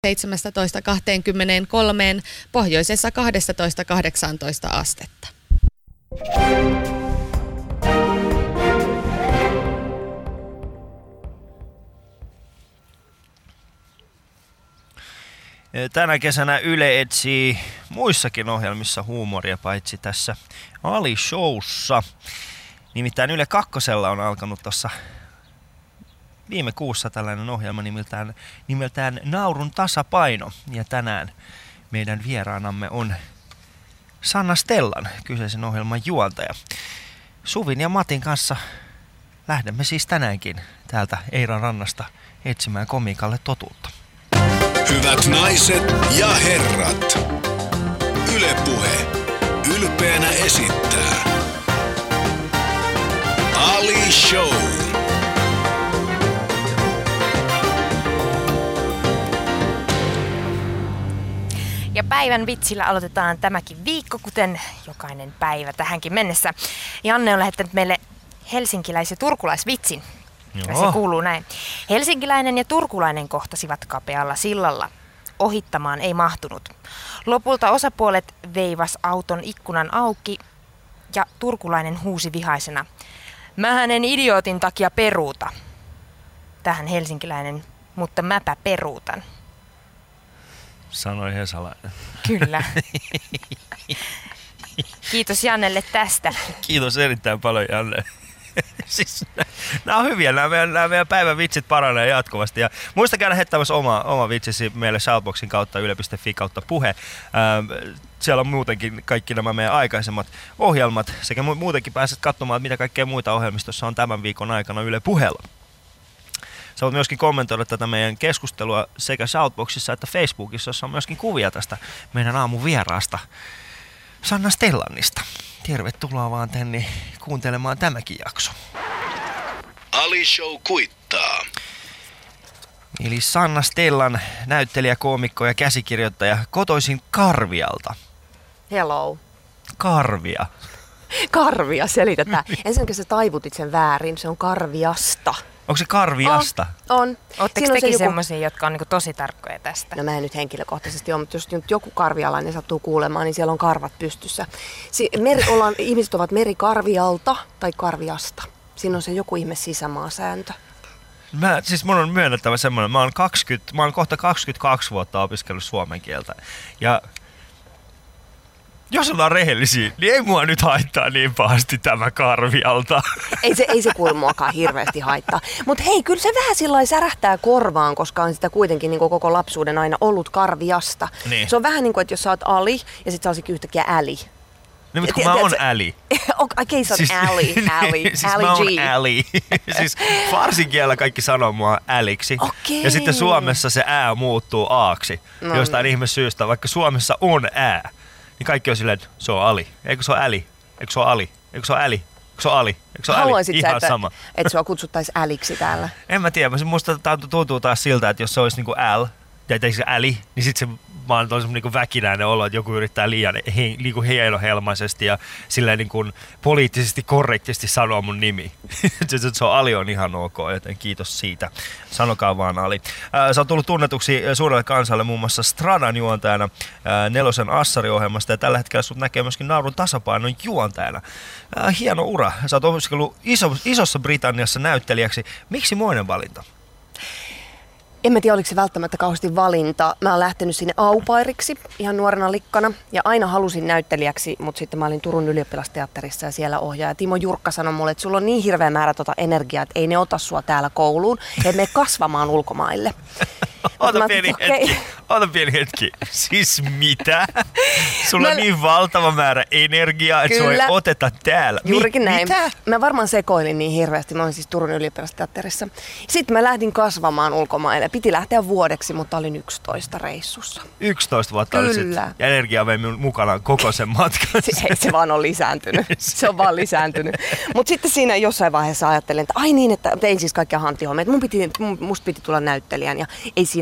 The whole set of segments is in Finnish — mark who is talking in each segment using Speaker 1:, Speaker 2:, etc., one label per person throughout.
Speaker 1: 17-23, pohjoisessa 12-18 astetta.
Speaker 2: Tänä kesänä Yle etsii muissakin ohjelmissa huumoria, paitsi tässä Ali-showssa. Nimittäin Yle Kakkosella on alkanut tuossa viime kuussa tällainen ohjelma nimeltään Naurun tasapaino. Ja tänään meidän vieraanamme on Sanna Stellan, kyseisen ohjelman juontaja. Suvin ja Matin kanssa lähdemme siis tänäänkin täältä Eiran rannasta etsimään komiikalle totuutta.
Speaker 3: Hyvät naiset ja herrat, Yle Puhe ylpeänä esittää Ali Show.
Speaker 4: Ja päivän vitsillä aloitetaan tämäkin viikko, kuten jokainen päivä tähänkin mennessä. Janne on lähettänyt meille helsinkiläis- ja turkulaisvitsin. Ja se kuuluu näin. Helsinkiläinen ja turkulainen kohtasivat kapealla sillalla. Ohittamaan ei mahtunut. Lopulta osapuolet veivas auton ikkunan auki ja turkulainen huusi vihaisena: "Mähän en idiootin takia peruuta." Tähän helsinkiläinen: "Mutta mäpä peruutan."
Speaker 2: Sanoi Hesalainen.
Speaker 4: Kyllä. Kiitos Jannelle tästä.
Speaker 2: Kiitos erittäin paljon, Janne. Siis, nämä on hyviä, nämä meidän päivän vitsit paranee jatkuvasti. Ja muista käydä heittämässä oma vitsisi meille Shoutboxin kautta yle.fi/puhe. Siellä on muutenkin kaikki nämä meidän aikaisemmat ohjelmat sekä muutenkin pääset katsomaan, mitä kaikkea muita ohjelmistossa on tämän viikon aikana Yle Puheella. Sä voit myöskin kommentoida tätä meidän keskustelua sekä Shoutboxissa että Facebookissa, jossa on myöskin kuvia tästä meidän aamun vieraasta Sanna Stellanista. Tervetuloa vaan tänne kuuntelemaan tämäkin jakso.
Speaker 3: Ali Show kuittaa.
Speaker 2: Eli Sanna Stellan, näyttelijä, koomikko ja käsikirjoittaja, kotoisin Karvialta.
Speaker 5: Hello.
Speaker 2: Karvia.
Speaker 5: Karvia, selitetään. Ensinnäkin sä taivutit sen väärin, se on Karviasta.
Speaker 2: Onko se Karviasta?
Speaker 5: On.
Speaker 4: Ootteko tekin semmoisia, jotka on niinku tosi tarkkoja tästä?
Speaker 5: No mä en nyt henkilökohtaisesti ole, mutta jos nyt joku karvialainen sattuu kuulemaan, niin siellä on karvat pystyssä. Ihmiset ovat merikarvialta tai Karviasta. Siinä on se joku ihme sisämaasääntö.
Speaker 2: Mun on myönnettävä semmoinen, mä oon kohta 22 vuotta opiskellut suomen kieltä. Ja jos ollaan rehellisiä, niin ei mua nyt haittaa niin pahasti tämä Karvialta.
Speaker 5: Ei se kuule muakaan hirveästi haittaa. Mutta hei, kyllä se vähän sillai särähtää korvaan, koska on sitä kuitenkin niin koko lapsuuden aina ollut Karviasta.
Speaker 2: Niin.
Speaker 5: Se on vähän niin kuin, että jos sä oot Ali ja sit sä ootkin yhtäkkiä Äli.
Speaker 2: No, mutta kun mä oon Äli.
Speaker 5: Okei, sä oot Ali.
Speaker 2: Siis mä oon Äli. Siis farsinkielellä kaikki sanoo mua Äliksi.
Speaker 5: Okei.
Speaker 2: Ja sitten Suomessa se ää muuttuu aaksi. No, jostain ihme syystä, vaikka Suomessa on ää. Niin kaikki on silleen, että se on Ali. Eikö se ole Äli? Eikö se ole Ali? Eikö se ole Äli? Eikö se ole Ali? Eikö se ole
Speaker 5: Haluaisit
Speaker 2: Äli? Ihan
Speaker 5: sä,
Speaker 2: sama.
Speaker 5: Että sua kutsuttaisiin Äliksi täällä?
Speaker 2: En mä tiedä. Musta tuntuu taas siltä, että jos se olisi niinku L, tai se Äli, niin sit se vaan on semmoinen niinku väkinäinen olo, että joku yrittää liian niinku hienohelmaisesti ja silleen niinku poliittisesti korrektisti sanoa mun nimi. Se on Ali on ihan ok, joten kiitos siitä. Sanokaa vaan Ali. Sä oot tullut tunnetuksi suurelle kansalle muun muassa Stradan juontajana Nelosen Assari-ohjelmasta ja tällä hetkellä sut näkee myöskin Naurun tasapainon juontajana. Hieno ura. Sä oot opiskellut Isossa Britanniassa näyttelijäksi. Miksi moinen valinta?
Speaker 5: En mä tiedä, oliko se välttämättä kauheasti valinta. Mä oon lähtenyt sinne aupairiksi ihan nuorena likkana ja aina halusin näyttelijäksi, mutta sitten mä olin Turun ylioppilasteatterissa ja siellä ohjaaja Timo Jurkka sanoi mulle, että sulla on niin hirveä määrä energiaa, että ei ne ota sua täällä kouluun, että mene kasvamaan ulkomaille.
Speaker 2: Ota pieni hetki. Siis mitä? Sulla on niin valtava määrä energiaa, että sua ei oteta täällä.
Speaker 5: Juurikin näin.
Speaker 2: Mitä?
Speaker 5: Mä varmaan sekoilin niin hirveästi. Mä olin siis Turun ylioppilasteatterissa. Sitten mä lähdin kasvamaan ulkomaille. Piti lähteä vuodeksi, mutta olin 11 reissussa.
Speaker 2: 11 vuotta
Speaker 5: Kyllä.
Speaker 2: Olisit. Ja energia vei mukanaan koko sen matkan.
Speaker 5: Se vaan on lisääntynyt. Se on vaan lisääntynyt. Mutta sitten siinä jossain vaiheessa ajattelin, että ai niin, että tein siis kaikkia hanttihommia. Musta piti tulla näyttelijän ja ei siinä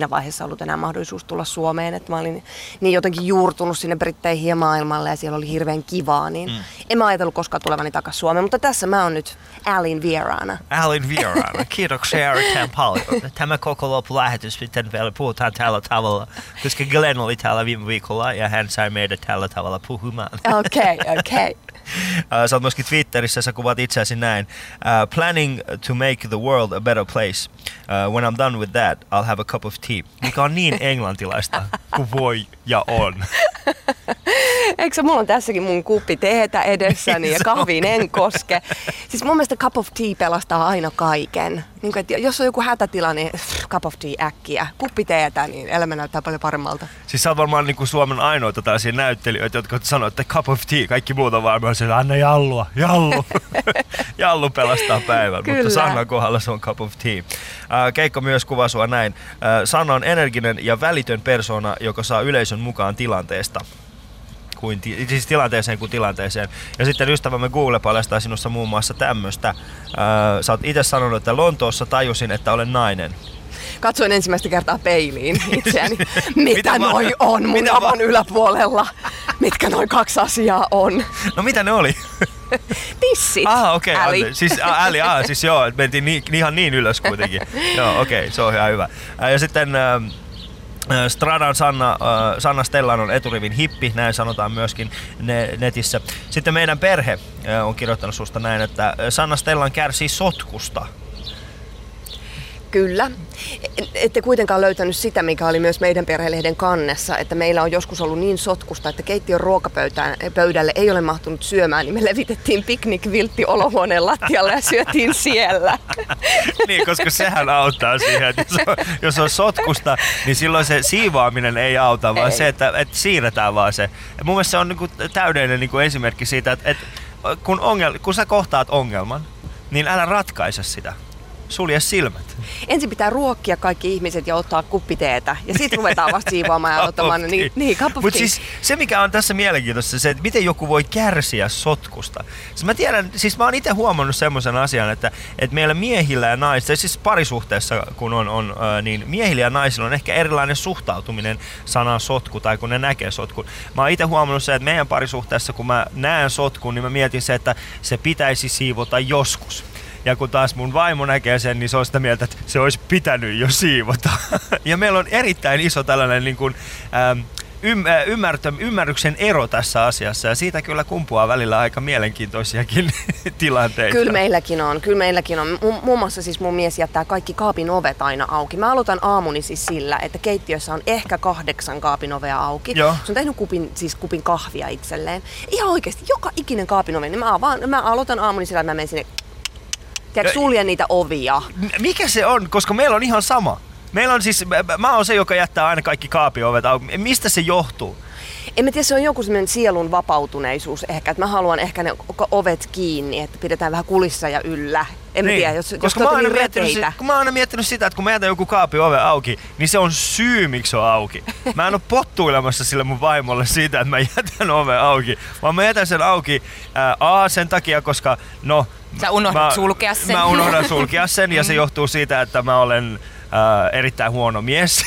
Speaker 5: siinä vaiheessa ollut enää mahdollisuus tulla Suomeen, että mä olin niin jotenkin juurtunut sinne Britteihin ja maailmalle ja siellä oli hirveän kivaa, niin en mä ajatellut koskaan tulevani takaisin Suomeen, mutta tässä mä oon nyt Alin vieraana.
Speaker 2: Alin vieraana. Kiitoksia erittäin paljon. Tämä koko loppulähetys sitten vielä puhutaan tällä tavalla, koska Glenn oli täällä viime viikolla ja hän sai meidät tällä tavalla puhumaan.
Speaker 5: Okei.
Speaker 2: Sä oot myöskin Twitterissä, sä kuvat itseäsi näin. Planning to make the world a better place. When I'm done with that, I'll have a cup of tea. Mikä on niin englantilaista kuin voi ja on.
Speaker 5: Eikö mulla on tässäkin mun kuppi teetä edessäni ja kahviin en koske. Siis mun mielestä cup of tea pelastaa aina kaiken. Niin kuin, että jos on joku hätätila, niin cup of tea äkkiä. Kuppi teetä, niin elämä näyttää paljon paremmalta.
Speaker 2: Siis sä oot varmaan niin kuin Suomen ainoita tällaisia näyttelijöitä, jotka sanoo, että cup of tea, kaikki muut on varmaan se, anna jallu. Jallu pelastaa päivän,
Speaker 5: Kyllä.
Speaker 2: Mutta Sannan kohdalla se on cup of tea. Keikko myös kuvaa sua näin. Sanna on energinen ja välitön persoona, joka saa yleisön mukaan tilanteesta. Siis tilanteeseen kuin tilanteeseen. Ja sitten ystävämme Google paljastaa sinussa muun muassa tämmöistä. Sä oot itse sanonut, että Lontoossa tajusin, että olen nainen.
Speaker 5: Katsoin ensimmäistä kertaa peiliin itseäni. Mitä noi on mun avon yläpuolella? Mitkä noi 2 asiaa on?
Speaker 2: No mitä ne oli?
Speaker 5: Tissit.
Speaker 2: Okei. Siis siis joo, mentiin ihan niin ylös kuitenkin. Joo, okei, se on ihan hyvä. Ja sitten Stradan Sanna Stellan on eturivin hippi, näin sanotaan myöskin netissä. Sitten meidän perhe on kirjoittanut susta näin, että Sanna Stellan kärsii sotkusta.
Speaker 5: Kyllä. Ette kuitenkaan löytänyt sitä, mikä oli myös meidän perhelehden kannessa, että meillä on joskus ollut niin sotkusta, että keittiön ruokapöydälle ei ole mahtunut syömään, niin me levitettiin piknikviltti olohuoneen lattialle ja syötiin siellä.
Speaker 2: Niin, koska sehän auttaa siihen, että jos on sotkusta, niin silloin se siivoaminen ei auta, vaan se, että siirretään vaan se. Ja mun mielestä se on niinku täydellinen niinku esimerkki siitä, että kun sä kohtaat ongelman, niin älä ratkaise sitä. Sulje silmät.
Speaker 5: Ensin pitää ruokkia kaikki ihmiset ja ottaa kuppiteetä. Ja sitten ruvetaan vasta siivoamaan ja ottamaan niin cup of
Speaker 2: Mutta
Speaker 5: tea.
Speaker 2: siis se, mikä on tässä mielenkiintoista, se, että miten joku voi kärsiä sotkusta. Siis mä oon itse huomannut semmoisen asian, että meillä miehillä ja naisilla, siis parisuhteessa kun on niin miehillä ja naisilla on ehkä erilainen suhtautuminen sanaan sotku tai kun ne näkee sotkun. Mä oon itse huomannut se, että meidän parisuhteessa kun mä näen sotkun, niin mä mietin se, että se pitäisi siivota joskus. Ja kun taas mun vaimo näkee sen, niin se on sitä mieltä, että se olisi pitänyt jo siivota. Ja meillä on erittäin iso tällainen niin kuin, ymmärryksen ero tässä asiassa. Ja siitä kyllä kumpuaa välillä aika mielenkiintoisiakin tilanteita.
Speaker 5: Kyllä meilläkin on. Muun muassa siis mun mies jättää kaikki kaapin ovet aina auki. Mä aloitan aamuni siis sillä, että keittiössä on ehkä 8 kaapin ovea auki. Joo. Se on tehnyt kupin kahvia itselleen. Ihan oikeasti, joka ikinen kaapin ove. Niin mä aloitan aamuni sillä, että mä menen sinne. Sulje niitä ovia.
Speaker 2: Mikä se on? Koska meillä on ihan sama. Meillä on siis, mä oon se, joka jättää aina kaikki kaapiovet auki. Mistä se johtuu?
Speaker 5: En mä tiedä, se on joku semmoinen sielun vapautuneisuus ehkä, että mä haluan ehkä ne ovet kiinni, että pidetään vähän kulissa ja yllä. En mä tiedä, jos
Speaker 2: mä oon aina miettinyt sitä, että kun mä jätän joku kaapin oven auki, niin se on syy, miksi se on auki. Mä en ole pottuilemassa sille mun vaimolle siitä, että mä jätän oven auki, vaan mä jätän sen auki sen takia, koska
Speaker 4: sä unohdat sulkea sen.
Speaker 2: Mä unohdan sulkea sen ja se johtuu siitä, että mä olen erittäin huono mies.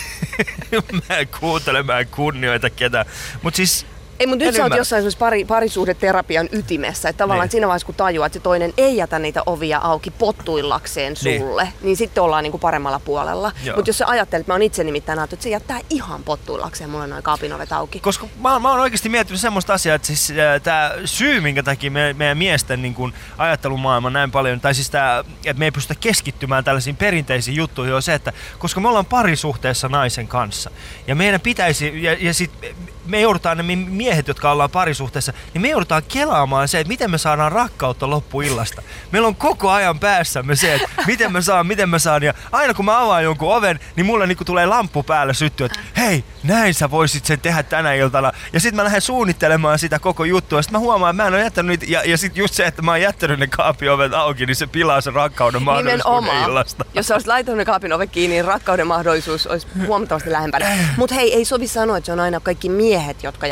Speaker 2: Mä en kuuntele, mä en kunnioita ketään. Mut siis
Speaker 5: ei, mutta nyt sä oot jossain parisuhdeterapian ytimessä, että tavallaan siinä vaiheessa kun tajuaa, että se toinen ei jätä niitä ovia auki pottuillakseen sulle, niin sitten ollaan niinku paremmalla puolella. Mutta jos sä ajattelet, että mä oon itse nimittäin ajatellut, että se jättää ihan pottuillakseen mulle noin kaapin ovet auki.
Speaker 2: Koska mä oon oikeasti miettinyt semmoista asiaa, että siis tää syy, minkä takia meidän miesten niin kun ajattelumaailma näin paljon, tai siis tää, että me ei pystytä keskittymään tällaisiin perinteisiin juttuihin, on se, että koska me ollaan parisuhteessa naisen kanssa, ja meidän pitäisi, ja sit me joudutaan ne miehet, jotka ollaan parisuhteessa, niin me joudutaan kelaamaan se, että miten me saadaan rakkautta loppuillasta. Meillä on koko ajan päässämme se, että miten mä saan. Ja aina kun mä avaan jonkun oven, niin mulle niin tulee lamppu päällä syttyä, että hei, näin sä voisit sen tehdä tänä iltana. Ja sit mä lähden suunnittelemaan sitä koko juttua. Ja sit mä huomaan, että mä en ole jättänyt niitä. Ja sit just se, että mä oon jättänyt ne kaapin ovet auki, niin se pilaa sen rakkauden mahdollisuuden illasta.
Speaker 5: Jos sä olisit laittanut ne kaapin ovet kiinni, niin rakkauden mahdollisuus olisi huomattavasti lähempänä. Mut hei, ei sovi sanoa, että se on aina kaikki miehet, jotka jättää ne ovet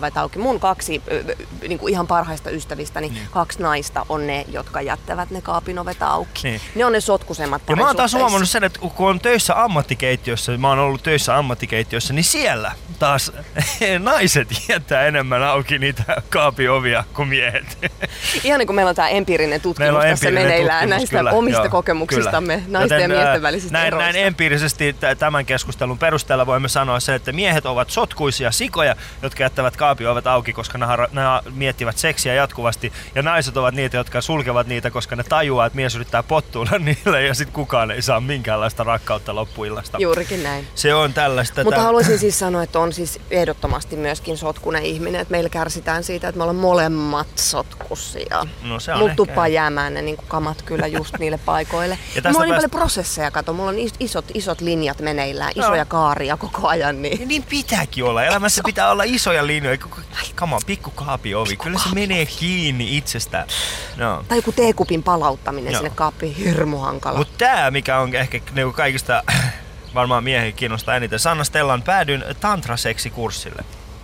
Speaker 5: ovet auki. Mun 2 niin kuin ihan parhaista ystävistäni, 2 naista on ne, jotka jättävät ne kaapin ovet auki. Niin. Ne on ne sotkusemmat
Speaker 2: parisuhteissa. Ja mä oon taas huomannut sen, että kun on töissä ammattikeittiössä, mä oon ollut töissä ammattikeittiössä, niin siellä taas naiset jättää enemmän auki niitä kaapin ovia kuin miehet.
Speaker 5: Ihan niin kuin meillä on tämä empiirinen tutkimus tässä meneillään näistä omista kokemuksistamme, naisten ja miesten välisistä eroista.
Speaker 2: Näin empiirisesti tämän keskustelun perusteella voimme sanoa se, että miehet ovat sotkuisia sikoja, jotka jättävät kaapin ovet auki, koska ne miettivät seksiä jatkuvasti, ja naiset ovat niitä, jotka sulkevat niitä, koska ne tajuaa, että mies yrittää pottuilla niille, ja sitten kukaan ei saa minkäänlaista rakkautta loppuillasta.
Speaker 5: Juurikin näin.
Speaker 2: Se on tällaista.
Speaker 5: Mutta haluaisin siis sanoa, että on siis ehdottomasti myöskin sotkunen ihminen, että meillä kärsitään siitä, että me ollaan molemmat sotkusia.
Speaker 2: No se on
Speaker 5: mut tuppaa jäämään ne niin kamat kyllä just niille paikoille. Mulla on niin paljon prosesseja, kato. Mulla on isot linjat meneillään, isoja kaaria koko ajan.
Speaker 2: Niin pitääkin olla. Elämässä pitää olla isoja linjoja. Come on, pikku kaapiovi. Kyllä se menee kiinni itsestään. No.
Speaker 5: Tai joku teekupin palauttaminen sinne kaappiin, hirmu hankala.
Speaker 2: Mutta tää, mikä on ehkä niinku kaikista varmaan miehen kiinnostaa eniten. Sanna Stellan, päädyin tantraseksikurssille.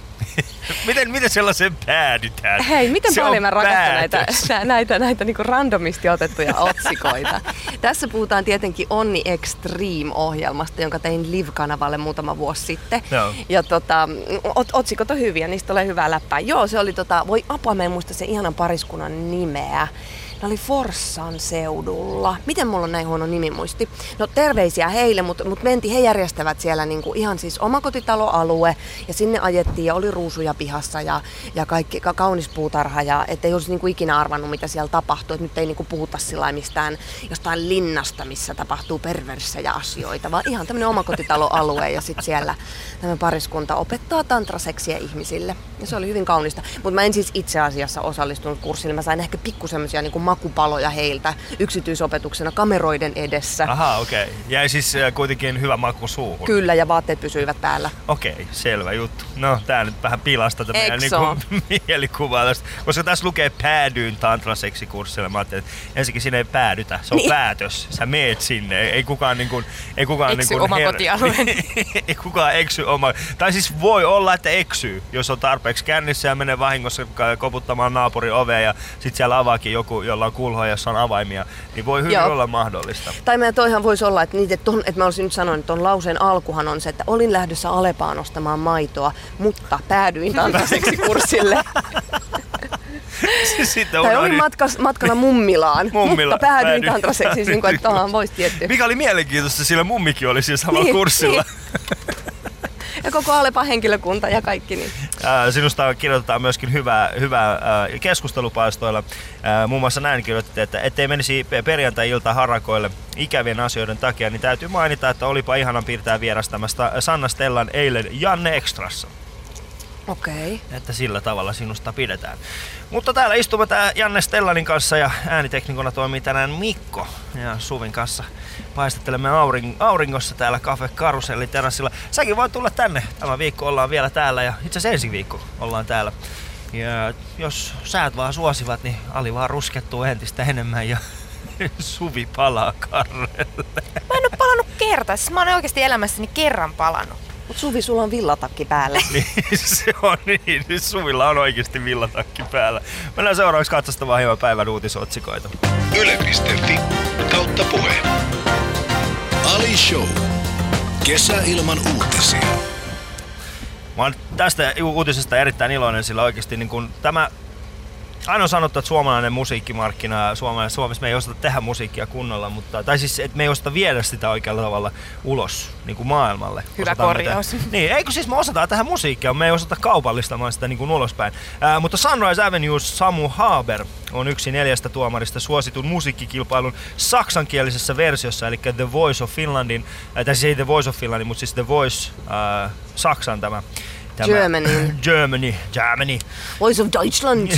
Speaker 2: Miten sellaiseen päädytään?
Speaker 5: Hei, miten paljon mä rakastan näitä niinku randomisti otettuja otsikoita. Tässä puhutaan tietenkin Onni Extreme-ohjelmasta, jonka tein Live-kanavalle muutama vuosi sitten.
Speaker 2: No.
Speaker 5: Ja otsikot on hyviä, niistä tulee hyvää läppää. Joo, se oli voi apua, mä en muista sen ihanan pariskunnan nimeä. Ne oli Forssan seudulla. Miten mulla on näin huono nimimuisti? No terveisiä heille, mutta he järjestävät siellä niinku ihan siis omakotitaloalue ja sinne ajettiin ja oli ruusuja pihassa ja kaikki kaunis puutarha ja ettei olisi niinku ikinä arvannut mitä siellä tapahtuu. Et nyt ei niinku puhuta sillä mistään jostain linnasta, missä tapahtuu perversejä asioita, vaan ihan tämmöinen omakotitaloalue ja sitten siellä tämä pariskunta opettaa tantraseksiä ihmisille. Ja se oli hyvin kaunista. Mutta mä en siis itse asiassa osallistunut kurssille. Mä sain ehkä pikku semmosia niinku makupaloja heiltä yksityisopetuksena kameroiden edessä.
Speaker 2: Aha, okei. Okay. Jäi siis kuitenkin hyvä maku suuhun.
Speaker 5: Kyllä, ja vaatteet pysyivät päällä.
Speaker 2: Okei, selvä juttu. No, tää nyt vähän pilasta tätä meidän niinku mielikuvaa tästä. Koska tässä lukee päädyin tantraseksikurssille. Mä ajattelin, että ensinnäkin sinne ei päädytä. Se on päätös. Sä meet sinne. Ei kukaan
Speaker 4: eksy oma kotialueen.
Speaker 2: Ei kukaan eksy oma. Tai siis voi olla, että eksyy, jos on tarpeeksi kännissä ja menee vahingossa koputtamaan naapurin ovea ja sit siellä avaakin joku, jolla on kulhoja, jossa on avaimia, niin voi hyvin olla mahdollista.
Speaker 5: Tai toihan voisi olla, että mä olisin nyt sanonut, että ton lauseen alkuhan on se, että olin lähdössä Alepaan ostamaan maitoa, mutta päädyin tantraseksikurssille. Tai olin matkalla Mummilaan, mutta päädyin tantraseksiin, niin kuin, että tohan voisi tietty.
Speaker 2: Mikä oli mielenkiintoista, sillä mummikin oli siinä samalla kurssilla.
Speaker 5: Niin. Ja koko Alepan henkilökunta ja kaikki. Niin.
Speaker 2: Sinusta kirjoitetaan myöskin hyvää keskustelupalstoilla. Muun muassa näin kirjoitettiin, että ettei menisi perjantai-ilta harakoille ikävien asioiden takia, niin täytyy mainita, että olipa ihanan piirtää vierastamasta Sanna Stellan eilen Janne Extrassa.
Speaker 5: Okei.
Speaker 2: Että sillä tavalla sinusta pidetään. Mutta täällä istumme Janne Stellanin kanssa ja ääniteknikona toimii tänään Mikko. Ja Suvin kanssa paistettelemme auringossa täällä Cafe Karuselli terassilla. Säkin voit tulla tänne. Tämä viikko ollaan vielä täällä ja itse asiassa ensi viikko ollaan täällä. Ja jos säät vaan suosivat, niin Ali vaan ruskettuu entistä enemmän ja Suvi palaa Karrelle.
Speaker 4: Mä en oo palannut kertaa. Siis mä oon oikeesti elämässäni kerran palannut.
Speaker 5: Mut Suvi, sulla on villatakki päällä.
Speaker 2: Niin, se on niin. Suvilla on oikeesti villatakki päällä. Mennään seuraavaksi katsostamaan hieman päivän uutisotsikoita.
Speaker 3: Yle.fi/puhe. Ali Show. Kesä ilman uutisia.
Speaker 2: Mä oon tästä uutisesta erittäin iloinen, sillä oikeesti niin kun tämä aina on sanottu, että suomalainen musiikkimarkkina, Suomessa me ei osata tehdä musiikkia kunnolla, tai siis, että me ei osata viedä sitä oikealla tavalla ulos niin kuin maailmalle.
Speaker 4: Hyvä korjaus.
Speaker 2: Niin, eikö siis me osataan tehdä musiikkia, me ei osata kaupallistamaan sitä niin kuin ulospäin. Mutta Sunrise Avenue Samu Haber on yksi 4 tuomarista suositun musiikkikilpailun saksankielisessä versiossa, eli The Voice of Finlandin, tai siis ei The Voice of Finlandin, mutta siis The Voice Saksan tämä Germany.
Speaker 5: Voice of Deutschland.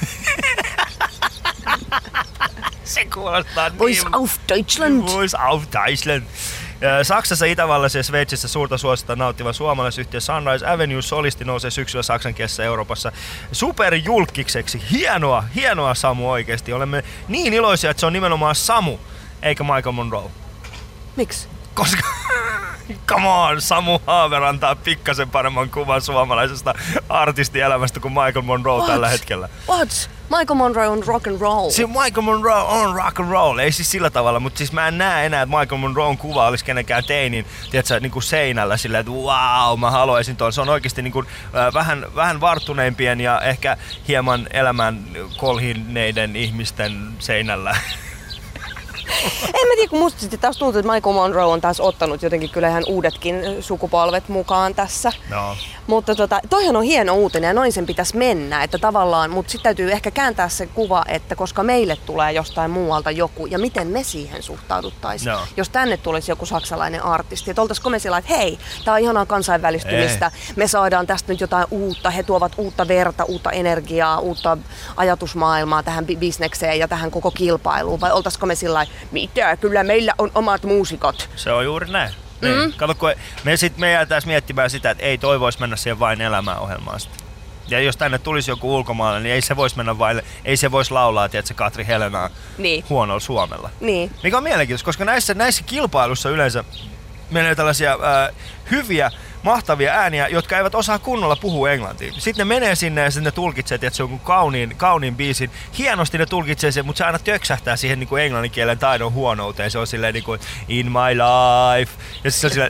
Speaker 2: Se kuulostaa niin.
Speaker 5: Voice of Deutschland.
Speaker 2: Voice of Deutschland. Saksassa, Itävallassa ja Sveitsissä suurta suosista nauttiva suomalaisyhtiö Sunrise Avenue solisti nousee syksyllä saksankielisessä Euroopassa superjulkikseksi. Hienoa Samu oikeesti. Olemme niin iloisia, että se on nimenomaan Samu, eikä Michael Monroe.
Speaker 5: Miksi?
Speaker 2: Come on, Samu Haaver antaa pikkasen paremman kuvan suomalaisesta artistielämästä kuin Michael Monroe tällä hetkellä.
Speaker 5: What? Michael Monroe on rock and roll.
Speaker 2: Michael Monroe on rock and roll, ei siis sillä tavalla, mutta siis mä en näe enää, että Michael Monroen kuva olisi kenenkään teinin, tiedätkö, niin kuin seinällä silleen, että wow, mä haluaisin tuon. Se on oikeasti niin kuin, vähän varttuneimpien ja ehkä hieman elämän kolhineiden ihmisten seinällä.
Speaker 5: En mä tiedä, kun musta sitten taas tuntuu, että Michael Monroe on taas ottanut jotenkin kyllä ihan uudetkin sukupolvet mukaan tässä.
Speaker 2: No.
Speaker 5: Mutta toihan on hieno uutinen ja noin sen pitäisi mennä, että tavallaan, mutta sitten täytyy ehkä kääntää se kuva, että koska meille tulee jostain muualta joku ja miten me siihen suhtauduttaisiin. No. Jos tänne tulisi joku saksalainen artisti, että oltaisiko me sillä, että hei, tää on ihanaa kansainvälistymistä, me saadaan tästä nyt jotain uutta, he tuovat uutta verta, uutta energiaa, uutta ajatusmaailmaa tähän bisnekseen ja tähän koko kilpailuun, vai oltaisiko me sillä mitä, kyllä meillä on omat muusikot.
Speaker 2: Se on juuri näin. Niin. Kato, kun me jäätäisiin miettimään sitä, että ei toi voisi mennä siihen vain elämään ohjelmaan sitä. Ja jos tänne tulisi joku ulkomaalainen, niin ei se voisi mennä vain, ei se voisi laulaa, tiedätkö, Katri Helenaa huonolla suomella.
Speaker 5: Niin.
Speaker 2: Mikä on mielenkiintoista, koska näissä kilpailussa yleensä menee tällaisia hyviä, mahtavia ääniä, jotka eivät osaa kunnolla puhua englantia. Sitten ne menee sinne ja sitten ne tulkitsee, että se on kauniin biisin. Hienosti ne tulkitsee sen, mutta se aina töksähtää siihen niin kuin englanninkielen taidon huonouteen. Se on silleen niin kuin in my life. Ja sitten se on silleen,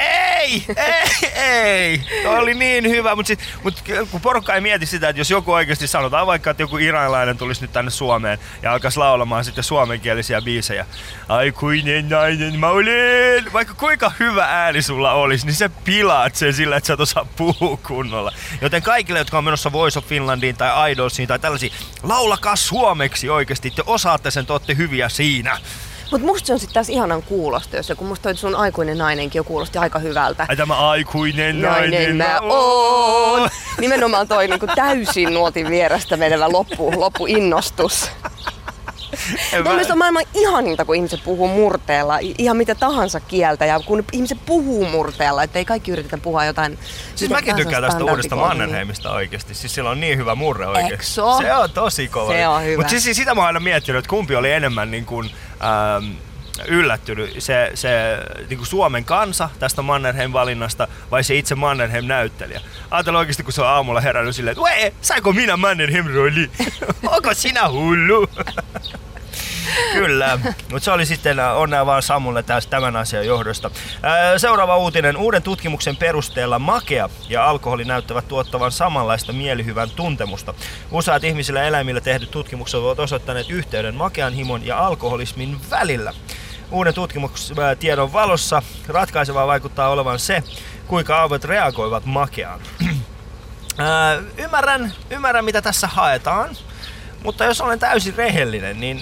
Speaker 2: ei. Toi oli niin hyvä, mutta kun porukka ei mieti sitä, että jos joku oikeasti sanotaan vaikka, että joku iranilainen tulisi nyt tänne Suomeen ja alkaisi laulamaan sitten suomenkielisiä biisejä. Aikuinen nainen mä olen. Vaikka kuinka hyvä ääni sulla olisi, niin se pilaat sen sillä, että sä et osaa puhua kunnolla. Joten kaikille, jotka on menossa Voice of Finlandiin tai Idolsiin tai tällaisiin, laulakaa suomeksi oikeasti. Te osaatte sen, te ootte hyviä siinä.
Speaker 5: Mutta musta se on sitten taas ihanan kuulosta, jos joku musta toi sun aikuinen nainenkin jo kuulosti aika hyvältä.
Speaker 2: Ai tämä aikuinen nainen
Speaker 5: mä oon. Nimenomaan toi niinku täysin nuotin vierestä menevä loppuinnostus. Mun mielestä on maailman ihaninta, kun ihmiset puhuu murteella, ihan mitä tahansa kieltä, ja kun ihmiset puhuu murteella, ettei kaikki yritetä puhua jotain.
Speaker 2: Siis mäkin tykkään tästä uudesta Mannerheimista oikeesti, siis sillä on niin hyvä murre oikeesti.
Speaker 5: Ekso?
Speaker 2: Se on tosi kova.
Speaker 5: Se on hyvä.
Speaker 2: Mutta siis sitä mä oon aina miettinyt, että kumpi oli enemmän niin kuin, yllättynyt, se niin kuin Suomen kansa tästä Mannerheim-valinnasta vai se itse Mannerheim-näyttelijä. Ajatella oikeesti, kun se on aamulla herännyt silleen, että wee, saiko minä Mannerheim-rooli? Onko sinä hullu? Kyllä, mutta se oli sitten onnea vaan Samulle tämän asian johdosta. Seuraava uutinen. Uuden tutkimuksen perusteella makea ja alkoholi näyttävät tuottavan samanlaista mielihyvän tuntemusta. Useat ihmisillä ja eläimillä tehdyt tutkimukset ovat osoittaneet yhteyden makean himon ja alkoholismin välillä. Uuden tutkimustiedon valossa ratkaisevaa vaikuttaa olevan se, kuinka aivot reagoivat makeaan. Ymmärrän mitä tässä haetaan. Mutta jos olen täysin rehellinen, niin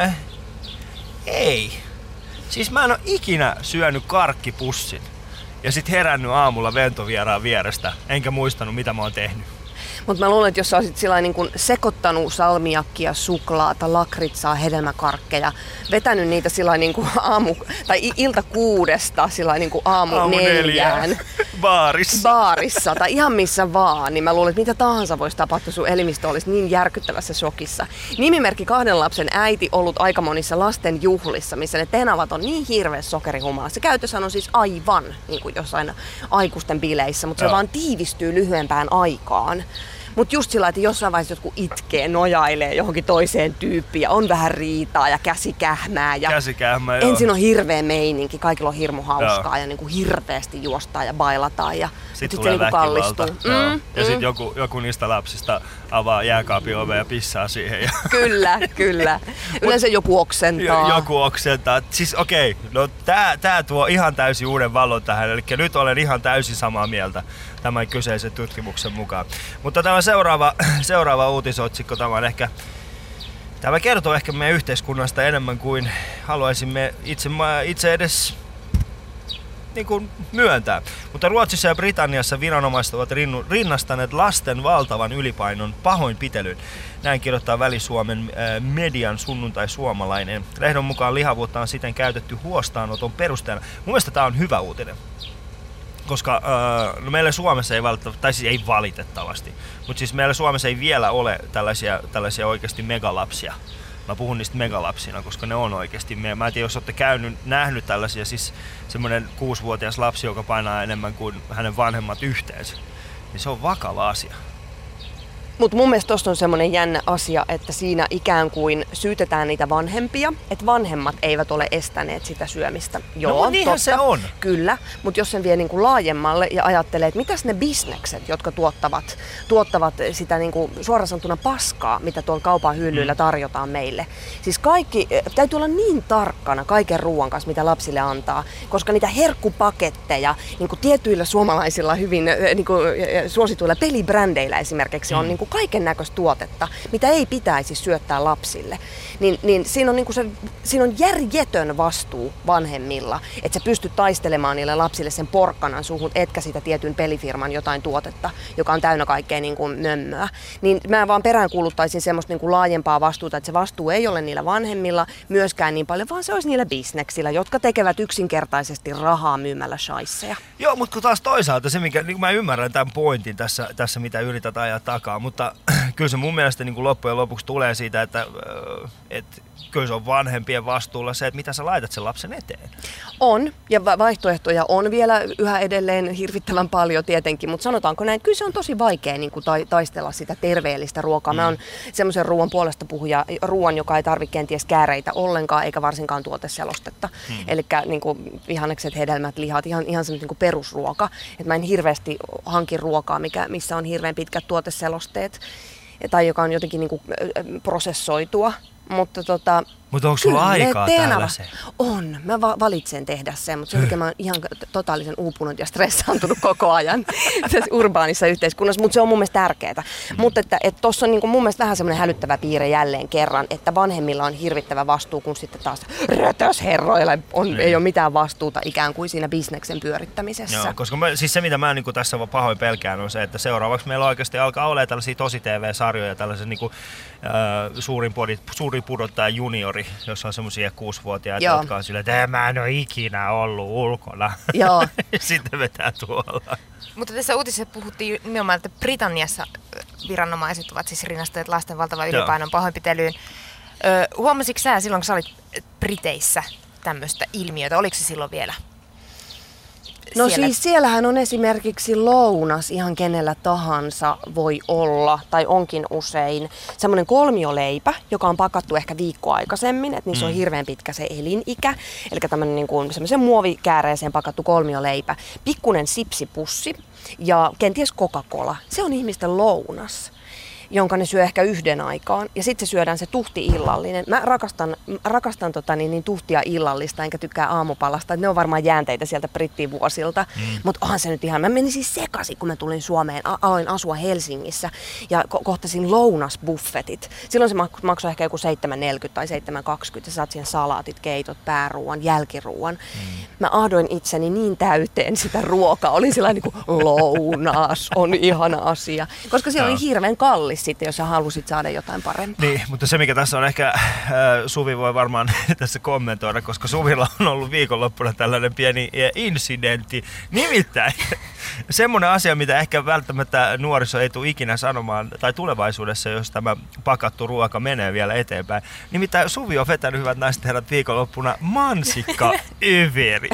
Speaker 2: ei. Siis mä en oo ikinä syönyt karkkipussin ja sit herännyt aamulla ventovieraan vierestä, enkä muistanut mitä mä oon tehnyt.
Speaker 5: Mutta mä luulen, että jos sä olisit niin kun sekoittanut salmiakkia, suklaata, lakritsaa, hedelmäkarkkeja, vetänyt niitä niin kuin ilta 6:00 niin kuin aamu 4:00 baarissa tai ihan missä vaan, niin mä luulen, että mitä tahansa voisi tapahtua, sun elimistö olisi niin järkyttävässä shokissa. Nimimerkki 2 lapsen äiti ollut aika monissa lasten juhlissa, missä ne tenavat on niin hirveä sokerihumalassa. Se käytöshän on siis aivan niin kuin jossain aikuisten bileissä, mutta se vaan tiivistyy lyhyempään aikaan. Mutta just sillä, että jossain vaiheessa jotkut itkee, nojailee johonkin toiseen tyyppiin ja on vähän riitaa ja käsikähmää. Ja ensin on hirveä meininki, kaikilla on hirmu hauskaa ja niinku hirveästi juostaan ja bailataan ja
Speaker 2: sitten tulee
Speaker 5: niinku kallistuu.
Speaker 2: Ja sitten joku niistä lapsista avaa jääkaapin ovea ja pissaa siihen.
Speaker 5: Kyllä. Yleensä joku oksentaa.
Speaker 2: Joku oksentaa. Siis okei, no tää tuo ihan täysin uuden valon tähän, eli nyt olen ihan täysin samaa mieltä tämän kyseisen tutkimuksen mukaan. Mutta tämä seuraava uutisotsikko, tämä kertoo ehkä meidän yhteiskunnasta enemmän kuin haluaisimme itse edes niin kuin myöntää. Mutta Ruotsissa ja Britanniassa viranomaiset ovat rinnastaneet lasten valtavan ylipainon pahoinpitelyyn. Näin kirjoittaa Väli-Suomen median Sunnuntai Suomalainen. Lehdon mukaan lihavuutta on siten käytetty huostaanoton perusteena. Mun mielestä tämä on hyvä uutinen. Koska meillä Suomessa ei valitettavasti, mutta siis meillä Suomessa ei vielä ole tällaisia oikeasti megalapsia. Mä puhun niistä megalapsina, koska ne on oikeasti. Mä en tiedä, jos olette nähnyt tällaisia, siis semmoinen 6-vuotias lapsi, joka painaa enemmän kuin hänen vanhemmat yhteensä. Niin se on vakava asia.
Speaker 5: Mutta mun mielestä tuossa on semmoinen jännä asia, että siinä ikään kuin syytetään niitä vanhempia, että vanhemmat eivät ole estäneet sitä syömistä. Joo,
Speaker 2: niinhän
Speaker 5: totta,
Speaker 2: se on.
Speaker 5: Kyllä, mutta jos sen vie niin kuin laajemmalle ja ajattelee, että mitäs ne bisnekset, jotka tuottavat sitä niin kuin suoraan sanottuna paskaa, mitä tuolla kaupan hyllyillä tarjotaan meille. Siis kaikki, täytyy olla niin tarkkana kaiken ruoan kanssa, mitä lapsille antaa, koska niitä herkkupaketteja niin kuin tietyillä suomalaisilla hyvin niin kuin suosituilla pelibrändeillä esimerkiksi on niin kuin kaiken näköistä tuotetta, mitä ei pitäisi syöttää lapsille, niin siinä on järjetön vastuu vanhemmilla, että sä pystyt taistelemaan niille lapsille sen porkkanan suuhun, etkä sitä tietyn pelifirman jotain tuotetta, joka on täynnä kaikkea niin kuin mömmöä. Niin mä vaan peräänkuuluttaisin semmoista niin kuin laajempaa vastuuta, että se vastuu ei ole niillä vanhemmilla myöskään niin paljon, vaan se olisi niillä bisneksillä, jotka tekevät yksinkertaisesti rahaa myymällä shaisseja.
Speaker 2: Joo, mutta kun taas toisaalta se, mikä niin mä ymmärrän tämän pointin tässä mitä yrität ajaa takaa, mutta kyllä se mun mielestä niin kuin loppujen lopuksi tulee siitä, että kyllä se on vanhempien vastuulla se, että mitä sä laitat sen lapsen eteen.
Speaker 5: On, ja vaihtoehtoja on vielä yhä edelleen hirvittävän paljon tietenkin, mutta sanotaanko näin, kyllä se on tosi vaikea niin kuin taistella sitä terveellistä ruokaa. Mä oon semmoisen ruoan puolesta puhuja, ruoan, joka ei tarvitse kenties kääreitä ollenkaan, eikä varsinkaan tuoteselostetta. Eli niin kuin vihannekset, hedelmät, lihat, ihan semmoinen niin kuin perusruoka. Et mä en hirveästi hanki ruokaa, missä on hirveän pitkät tuoteselosteet, tai joka on jotenkin niin kuin prosessoitua. Mutta
Speaker 2: onko sulla aikaa täällä se?
Speaker 5: On. Mä valitsen tehdä sen, mutta sen takia mä oon ihan totaalisen uupunut ja stressaantunut koko ajan tässä urbaanissa yhteiskunnassa, mutta se on mun mielestä tärkeää. Mutta että tossa on niin kuin mun mielestä vähän semmoinen hälyttävä piirre jälleen kerran, että vanhemmilla on hirvittävä vastuu, kun sitten taas rötösherroilla ei ole mitään vastuuta ikään kuin siinä bisneksen pyörittämisessä.
Speaker 2: Joo, koska siis se mitä mä niin kuin tässä pahoin pelkään on se, että seuraavaksi meillä oikeasti alkaa olemaan tällaisia tosi-TV-sarjoja, tällaisen niin kuin, suurin pudottaja juniori, jossa on semmoisia 6-vuotiaita, jotka on silleen, että mä en ole ikinä ollut ulkona.
Speaker 5: Joo.
Speaker 2: Sitten vetää tuolla.
Speaker 4: Mutta tässä uutisessa puhuttiin nimenomaan, että Britanniassa viranomaiset ovat siis rinnastaneet lasten valtavan ylipainon pahoinpitelyyn. Huomasitko sä silloin, kun sä olit Briteissä tämmöistä ilmiötä? Oliko se silloin vielä?
Speaker 5: No siis siellähän on esimerkiksi lounas, ihan kenellä tahansa voi olla, tai onkin usein, semmoinen kolmioleipä, joka on pakattu ehkä viikkoa aikaisemmin, että niissä on hirveän pitkä se elinikä, eli tämmöinen niin kuin semmoisen muovikääreeseen pakattu kolmioleipä, pikkunen sipsipussi ja kenties Coca-Cola. Se on ihmisten lounas, jonka ne syö ehkä yhden aikaan, ja sitten se syödään se tuhti-illallinen. Mä rakastan tuhtia illallista, enkä tykkää aamupalasta, että ne on varmaan jäänteitä sieltä brittivuosilta, mutta onhan se nyt ihan, mä menin siis sekaisin, kun mä tulin Suomeen, aloin asua Helsingissä, ja kohtasin lounasbuffetit. Silloin se maksoi ehkä joku 7,40 tai 7,20, ja saat siihen salaatit, keitot, pääruuan, jälkiruuan. Mä ahdoin itseni niin täyteen sitä ruokaa, oli sellainen niin kuin lounas, on ihana asia, koska se oli hirveän kallis sitten, jos sä halusit saada jotain parempaa.
Speaker 2: Niin, mutta se mikä tässä on ehkä, Suvi voi varmaan tässä kommentoida, koska Suvilla on ollut viikonloppuna tällainen pieni incidentti. Nimittäin semmoinen asia, mitä ehkä välttämättä nuoriso ei tule ikinä sanomaan, tai tulevaisuudessa, jos tämä pakattu ruoka menee vielä eteenpäin. Nimittäin Suvi on vetänyt, hyvät naiset herrat, viikonloppuna mansikkaöverit.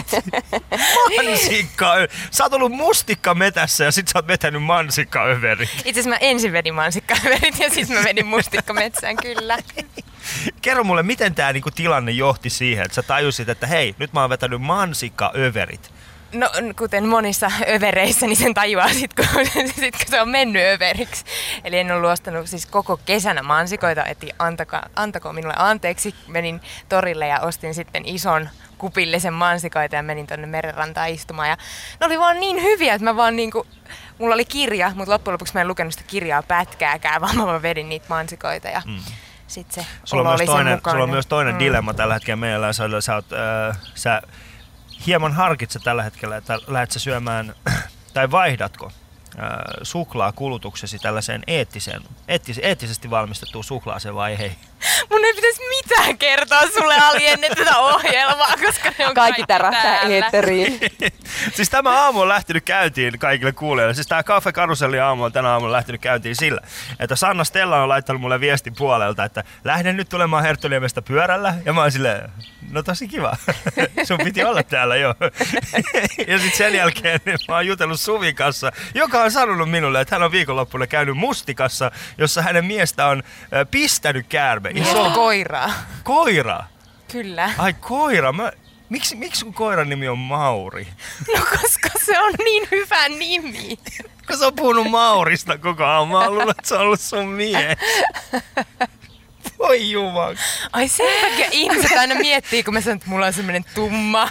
Speaker 2: Sä oot ollut mustikkametässä ja sit sä oot vetänyt mansikkaöverit.
Speaker 4: Itse asiassa mä ensin vedin mansikkaöverit ja sitten mä vedin mustikkametsään, kyllä.
Speaker 2: Kerro mulle, miten tää niinku tilanne johti siihen, että sä tajusit, että hei, nyt mä oon vetänyt mansikkaöverit.
Speaker 4: No, kuten monissa övereissä, niin sen tajuaa sit, kun se on mennyt överiksi. Eli en ole ostanut siis koko kesänä mansikoita, että antako minulle anteeksi. Menin torille ja ostin sitten ison kupillisen mansikoita ja menin tonne merenrantaan istumaan. Ja ne oli vaan niin hyviä, että mä vaan niinku, mulla oli kirja, mutta loppujen lopuksi mä en lukenut sitä kirjaa pätkääkään, vaan mä vedin niitä mansikoita ja sit se olo oli sen mukainen.
Speaker 2: Sulla on myös toinen dilemma tällä hetkellä meillä. Sä hieman harkitset tällä hetkellä, että lähdet sä syömään, tai vaihdatko suklaakulutuksesi tällaiseen eettisesti valmistettuun suklaaseen vai ei?
Speaker 4: Mun ei pitäisi mitään kertoa sulle Ali ennen tätä ohjelmaa, koska ne on kaikki
Speaker 5: tärähtää eetteriin.
Speaker 2: Siis tämä aamu on lähtenyt käyntiin kaikille kuulijoille. Siis tämä Cafe Karuselli aamu on tänä aamulla lähtenyt käyntiin sillä, että Sanna Stella on laittanut mulle viestin puolelta, että lähden nyt tulemaan Herttoniemestä pyörällä. Ja mä oon silleen, no tosi kiva. Sun piti olla täällä jo. Ja sitten sen jälkeen mä oon jutellut Suvin kanssa, joka on sanonut minulle, että hän on viikonloppuna käynyt Mustikassa, jossa hänen miestä on pistänyt käärme.
Speaker 4: Koiraa.
Speaker 2: Koira?
Speaker 4: Kyllä.
Speaker 2: Ai koira? Miksi sun koiran nimi on Mauri?
Speaker 4: No koska se on niin hyvä nimi.
Speaker 2: Kun sä oot puhunut Maurista koko ajan, mä oon luullut, että se on ollut sun mies. Voi jumala.
Speaker 4: Ai sen takia ihmiset aina miettii, kun mä sanon, että mulla on semmoinen tumma,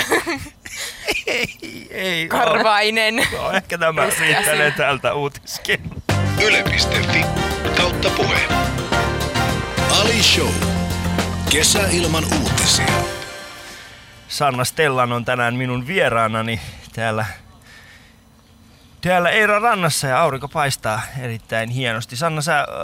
Speaker 2: ei
Speaker 4: karvainen.
Speaker 2: No, ehkä tämä riittää tältä uutiskin.
Speaker 3: Yle.fi/puhe. Ali Show. Kesäilman uutisia.
Speaker 2: Sanna Stellan on tänään minun vieraanani täällä Eiran rannassa ja aurinko paistaa erittäin hienosti. Sanna,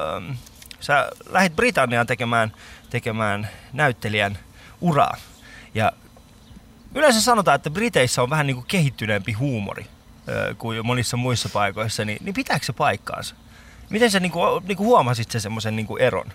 Speaker 2: sä lähdit Britanniaan tekemään näyttelijän uraa. Ja yleensä sanotaan, että Briteissä on vähän niin kuin kehittyneempi huumori kuin monissa muissa paikoissa, niin pitääkö se paikkaansa? Miten sä niin kuin huomasit sen semmoisen niin kuin eron?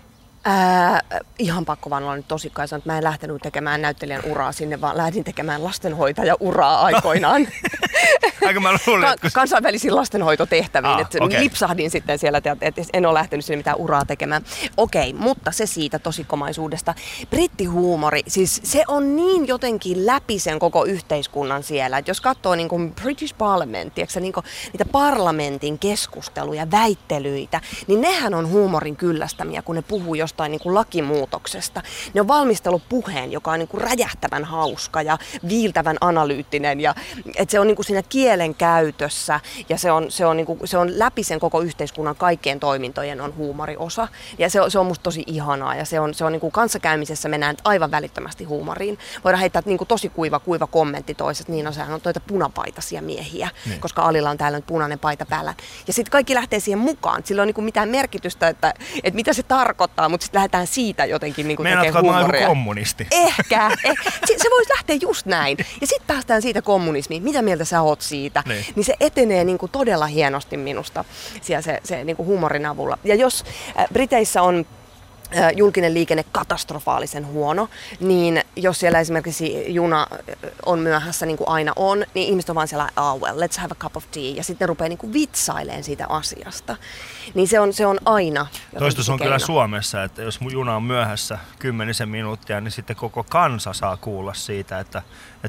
Speaker 5: Ihan pakko vaan olla nyt tosikkaan sanoa, että mä en lähtenyt tekemään näyttelijän uraa sinne, vaan lähdin tekemään lastenhoitaja-uraa aikoinaan.
Speaker 2: Aika mä luulin,
Speaker 5: kansainvälisiin lastenhoitotehtäviin, että
Speaker 2: okay.
Speaker 5: Lipsahdin sitten siellä, että en ole lähtenyt sinne mitään uraa tekemään. Okei, mutta se siitä tosikomaisuudesta. Brittihuumori, siis se on niin jotenkin läpi sen koko yhteiskunnan siellä, että jos katsoo niin kuin British Parliament, niin kuin niitä parlamentin keskusteluja, väittelyitä, niin nehän on huumorin kyllästämiä, kun ne puhuu jostain niin kuin lakimuutoksesta. Ne on valmistellut puheen, joka on niin kuin räjähtävän hauska ja viiltävän analyyttinen, ja että se on niin kuin siinä kielen käytössä ja se on läpi sen koko yhteiskunnan kaikkien toimintojen on huumoriosa. Ja se on musta tosi ihanaa ja se on niin kuin kanssakäymisessä mennään aivan välittömästi huumoriin. Voidaan heittää niin kuin tosi kuiva kommentti toiset, niin on sehän on noita punapaitaisia miehiä, koska Alilla on täällä nyt punainen paita päällä. Ja sitten kaikki lähtee siihen mukaan. Sillä on niin kuin mitään merkitystä, että mitä se tarkoittaa, mutta sitten lähdetään siitä jotenkin niin kuin tekemään huumoria.
Speaker 2: Meinaatko, että mä oon kommunisti?
Speaker 5: Ehkä. Se voisi lähteä just näin. Ja sitten päästään siitä kommunismiin. Mitä mieltä sä oot siitä? Niin se etenee niin kuin todella hienosti minusta siellä se niin kuin huumorin avulla. Ja jos Briteissä on julkinen liikenne katastrofaalisen huono, niin jos siellä esimerkiksi juna on myöhässä, niin kuin aina on, niin ihmiset on vaan siellä, well, let's have a cup of tea, ja sitten ne rupeaa niin kuin vitsailemaan siitä asiasta. Niin se on aina.
Speaker 2: Toistus on kyllä Suomessa, että jos juna on myöhässä 10 minuuttia, niin sitten koko kansa saa kuulla siitä, että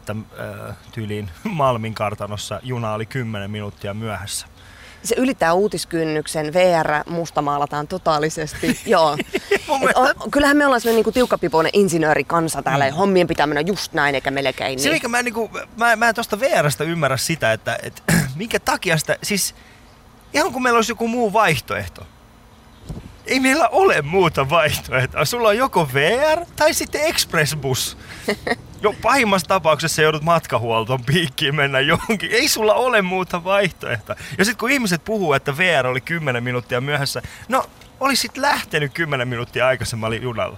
Speaker 2: tyyliin Malmin kartanossa juna oli 10 minuuttia myöhässä.
Speaker 5: Se ylittää uutiskynnyksen, VR mustamaalataan totaalisesti, joo. Kyllähän me ollaan sellainen niinku tiukkapipoinen insinöörikansa täällä, ja hommien pitää mennä just näin eikä melkein niin.
Speaker 2: Se mikä mä en tuosta VRstä ymmärrä sitä, että minkä takia sitä, siis ihan kun meillä olisi joku muu vaihtoehto. Ei meillä ole muuta vaihtoehtoa. Sulla on joko VR tai sitten expressbus. Jo pahimmassa tapauksessa joudut matkahuoltoon piikkiin mennä johonkin. Ei sulla ole muuta vaihtoehtoa. Ja sitten kun ihmiset puhuu, että VR oli 10 minuuttia myöhässä, no olisit lähtenyt 10 minuuttia aikaisemmin junalla.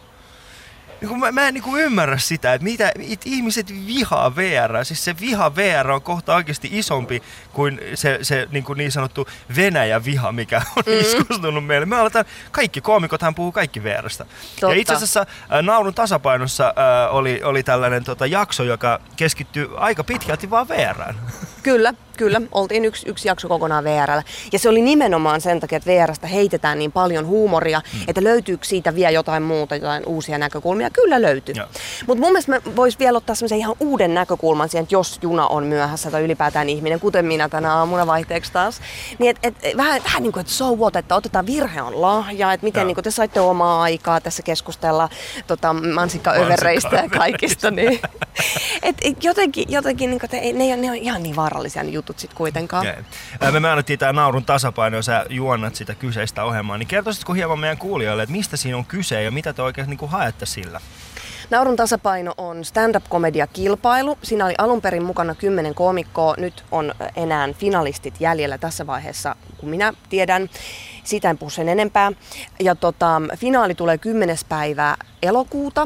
Speaker 2: Mä en ymmärrä sitä, että mitä ihmiset vihaa VR. Siis se viha VR on kohta oikeasti isompi kuin se niin sanottu Venäjän viha, mikä on iskustunut meille. Me aletaan, kaikki koomikothan puhuu kaikki VRstä. Totta. Ja itse asiassa Naurun tasapainossa oli tällainen jakso, joka keskittyy aika pitkälti vaan VRään.
Speaker 5: Kyllä. Oltiin yksi jakso kokonaan VR:llä. Ja se oli nimenomaan sen takia, että VR:stä heitetään niin paljon huumoria, että löytyykö siitä vielä jotain muuta, jotain uusia näkökulmia. Kyllä löytyy. Mutta mun mielestä voisi vielä ottaa semmoisen ihan uuden näkökulman siihen, että jos juna on myöhässä tai ylipäätään ihminen, kuten minä tänä aamuna vaihteeksi taas, niin vähän niin kuin, että so what, että otetaan virhe on lahja, että miten niin kuin te saitte omaa aikaa tässä keskustella mansikkaövereistä ja kaikista. Niin. Jotenkin niin kuin, ne on ihan niin vaarallisia ne jutut sitten kuitenkaan.
Speaker 2: Me annettiin tämä Naurun tasapaino, ja sä juonnat sitä kyseistä ohjelmaa, niin kertoisitko hieman meidän kuulijoille, että mistä siinä on kyse ja mitä te oikein niin kuin haette sillä?
Speaker 5: Naurun tasapaino on stand-up-komedia-kilpailu. Siinä oli alun perin mukana 10 koomikkoa. Nyt on enää finalistit jäljellä tässä vaiheessa, kun minä tiedän. Siitä en puhu sen enempää. Ja finaali tulee 10. päivää elokuuta.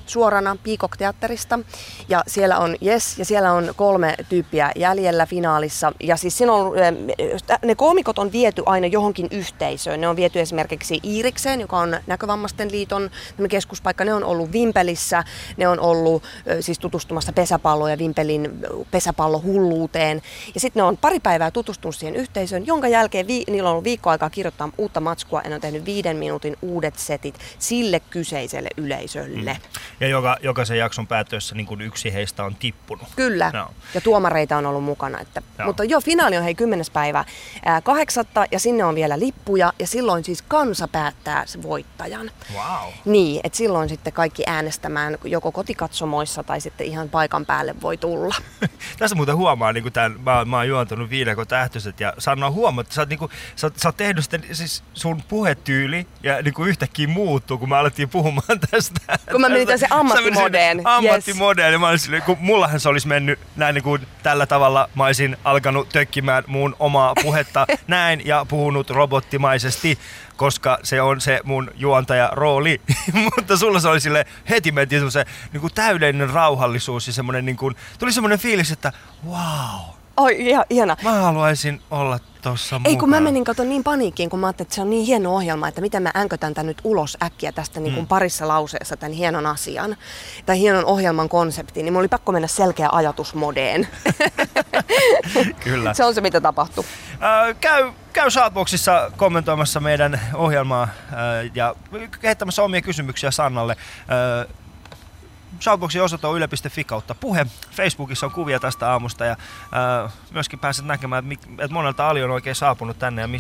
Speaker 5: suorana Peacock-teatterista. Ja siellä on ja siellä on 3 tyyppiä jäljellä finaalissa. Ja siis ne koomikot on viety aina johonkin yhteisöön. Ne on viety esimerkiksi Iirikseen, joka on Näkövammaisten liiton keskuspaikka. Ne on ollut Vimpelissä, ne on ollut siis tutustumassa pesäpalloon ja Vimpelin pesäpallohulluuteen. Ja sitten ne on pari päivää tutustunut siihen yhteisöön, jonka jälkeen niillä on ollut viikko aikaa kirjoittaa uutta matskua ja ne on tehnyt 5 minuutin uudet setit sille kyseiselle yleisölle.
Speaker 2: Ja jokaisen jakson päätössä niin kuin yksi heistä on tippunut.
Speaker 5: Kyllä, ja tuomareita on ollut mukana. Mutta finaali on 10. päivä 8. ja sinne on vielä lippuja ja silloin siis kansa päättää voittajan.
Speaker 2: Wow.
Speaker 5: Niin, että silloin sitten kaikki äänestämään joko kotikatsomoissa tai sitten ihan paikan päälle voi tulla.
Speaker 2: Tässä muuten huomaa, niin mä oon juontanut Viidakon tähtöiset ja Sanna on huomannut, että sä oot tehnyt sitten, siis sun puhetyyli ja niin kuin yhtäkkiä muuttuu, kun me alettiin puhumaan tästä.
Speaker 5: Kun mä menin se ammattimodeen.
Speaker 2: Ammattimodeen, ja mä olisin, kun mullahan se olisi mennyt näin niin kuin tällä tavalla, mä olisin alkanut tökkimään mun omaa puhetta näin ja puhunut robottimaisesti, koska se on se mun juontajarooli. Mutta sulla se oli sille heti mentiin semmoisen niin kuin täydellinen rauhallisuus ja semmoinen niin kuin, tuli semmoinen fiilis, että wow.
Speaker 5: Oi, ihana.
Speaker 2: Mä haluaisin olla tossa mukana.
Speaker 5: Ei, kun mä menin niin paniikkiin, kun mä ajattelin, että se on niin hieno ohjelma, että miten mä änkötän tän nyt ulos äkkiä tästä niin kuin parissa lauseessa tämän hienon asian, tai hienon ohjelman konseptin, niin mulla oli pakko mennä selkeä ajatusmodeen.
Speaker 2: Kyllä.
Speaker 5: Se on se, mitä tapahtuu.
Speaker 2: Käy Shoutboxissa kommentoimassa meidän ohjelmaa ja heittämässä omia kysymyksiä Sannalle. Shoutboxin osoite on yle.fi/puhe. Facebookissa on kuvia tästä aamusta ja myöskin pääset näkemään, että monelta Ali on oikein saapunut tänne ja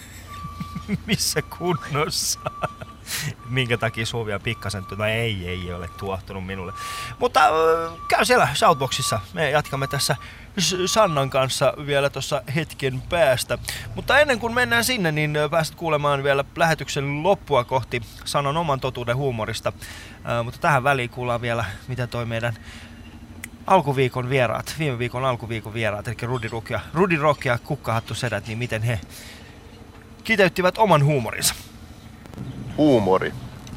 Speaker 2: missä kunnossa. Minkä takia Suvi on pikkasen, no ei ole tuohtunut minulle. Mutta käy siellä Shoutboxissa. Me jatkamme tässä Sannan kanssa vielä tuossa hetken päästä. Mutta ennen kuin mennään sinne, niin pääset kuulemaan vielä lähetyksen loppua kohti Sannan oman totuuden huumorista. Mutta tähän väliin kuullaan vielä, mitä toi meidän alkuviikon vieraat, viime viikon alkuviikon vieraat, eli Rudi Rock ja Kukkahattu sedät, niin miten he kiteyttivät oman huumorinsa.
Speaker 6: Huumori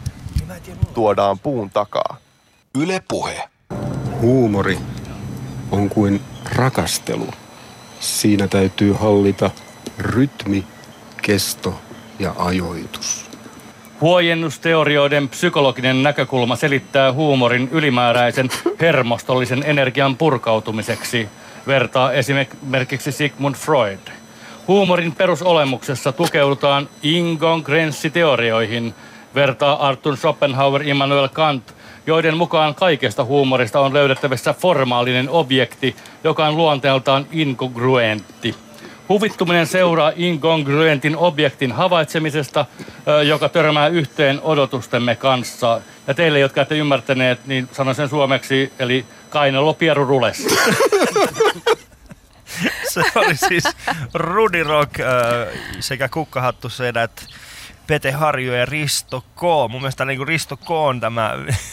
Speaker 6: tuodaan puun takaa.
Speaker 3: Yle Puhe.
Speaker 7: Huumori on kuin rakastelu. Siinä täytyy hallita rytmi, kesto ja ajoitus.
Speaker 8: Huojennusteorioiden psykologinen näkökulma selittää huumorin ylimääräisen hermostollisen energian purkautumiseksi, vertaa esimerkiksi Sigmund Freud. Huumorin perusolemuksessa tukeudutaan inkongruenssiteorioihin, vertaa Arthur Schopenhauer, Immanuel Kant, joiden mukaan kaikesta huumorista on löydettävissä formaalinen objekti, joka on luonteeltaan inkongruentti. Huvittuminen seuraa inkongruentin objektin havaitsemisesta, joka törmää yhteen odotustemme kanssa. Ja teille, jotka ette ymmärtäneet, niin sanon sen suomeksi, eli kainalopieru rules.
Speaker 2: Se oli siis Rudi Rock sekä Kukkahattu sedät, Pete Harju ja Risto K. Mun mielestä niin kuin Risto K on tämä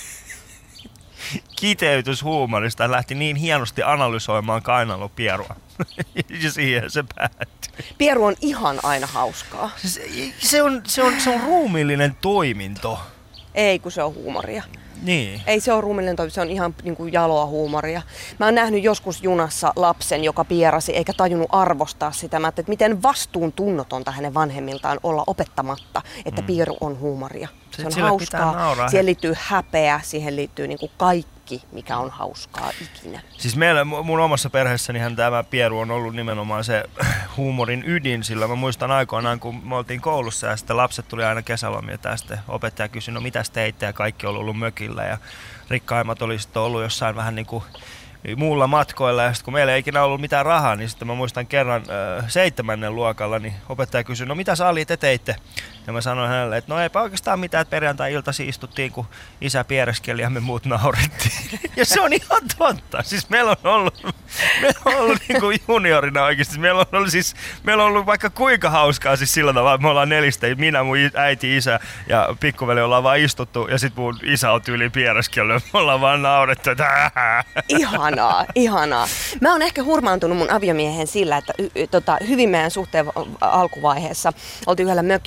Speaker 2: kiteytys huumorista. Lähti niin hienosti analysoimaan kainalopierua. Ja siihen se päättyi.
Speaker 5: Pieru on ihan aina hauskaa.
Speaker 2: Se on ruumiillinen toiminto.
Speaker 5: Ei, kun se on huumoria.
Speaker 2: Niin.
Speaker 5: Ei se ole ruumiillinen toiminto, se on ihan niin kuin jaloa huumoria. Mä oon nähnyt joskus junassa lapsen, joka pierasi eikä tajunnut arvostaa sitä. Mä ajattelin, että miten vastuuntunnotonta hänen vanhemmiltaan olla opettamatta, että pieru on huumoria. Se on hauskaa, siihen liittyy häpeä, siihen liittyy niin kuin kaikki, mikä on hauskaa ikinä.
Speaker 2: Siis mun omassa perheessänihän tämä pieru on ollut nimenomaan se huumorin ydin, sillä mä muistan aikoinaan, kun me oltiin koulussa ja sitten lapset tuli aina kesälomia ja sitten opettaja kysyi, no mitäs teitte, ja kaikki on ollut mökillä ja rikkaimmat oli sitten ollut jossain vähän niin kuin muulla matkoilla, ja sitten kun meillä ei ikinä ollut mitään rahaa, niin sitten mä muistan kerran 7. luokalla, niin opettaja kysyi, no mitä Ali te teitte? Ja mä sanoin hänelle, että no eipä oikeastaan mitään, että perjantai-iltasi istuttiin, kun isä piereskeli ja me muut naurettiin. Ja se on ihan totta. Siis meillä on ollut niin kuin juniorina oikeasti. Meillä on ollut vaikka kuinka hauskaa siis sillä tavalla, että me ollaan 4, minä, mun äiti, isä ja pikkuveli ollaan vaan istuttu ja sit mun isä on tyyliin piereskellyt. Me ollaan vaan naurettu, että
Speaker 5: Ihanaa. Mä oon ehkä hurmaantunut mun aviomiehen sillä, että hyvin meidän suhteen alkuvaiheessa oltiin yhdellä mökillä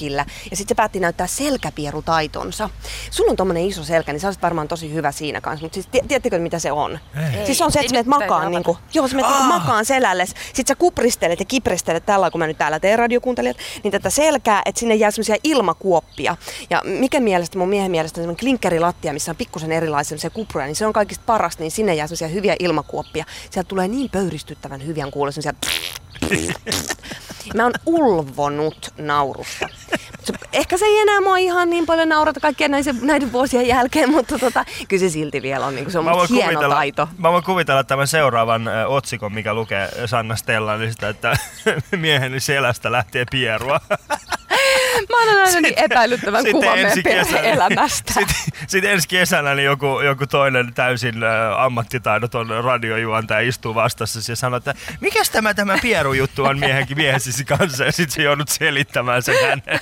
Speaker 5: Ja sitten se päätti näyttää selkäpierutaitonsa. Sulla on tommonen iso selkä, niin sä olisit varmaan tosi hyvä siinä kanssa, mutta siis tiedättekö mitä se on?
Speaker 4: Ei.
Speaker 5: Siis on se, että sä menet makaan, niinku, makaan selälles, sit sä kupristelet ja kipristelet tällä, kun mä nyt täällä teen radiokuuntelijat, niin tätä selkää, että sinne jää semmoisia ilmakuoppia. Ja mun miehen mielestä semmoinen klinkkerilattia, missä on pikkusen erilaisia kupruja, niin se on kaikista parasta, niin sinne jää semmoisia hyviä ilmakuoppia. Sieltä tulee niin pöyristyttävän hyviä kuulla semmoisia. Mä oon ulvonut naurusta. Ehkä se ei enää mua ihan niin paljon naurata kaikkien näiden vuosien jälkeen, mutta kyllä se silti vielä on, niin se on hieno taito.
Speaker 2: Mä voin kuvitella tämän seuraavan otsikon, mikä lukee Sanna Stellanista, että mieheni selästä lähtee pierua.
Speaker 5: Mä annan aina niin epäilyttävän kuvan meidän elämästä.
Speaker 2: Sitten ensi kesänä niin joku toinen täysin ammattitaidoton radiojuontaja istuu vastassa ja sanoo, että mikäs tämä pierujuttu on miehesi kanssa, ja sitten se joudut selittämään sen hänelle.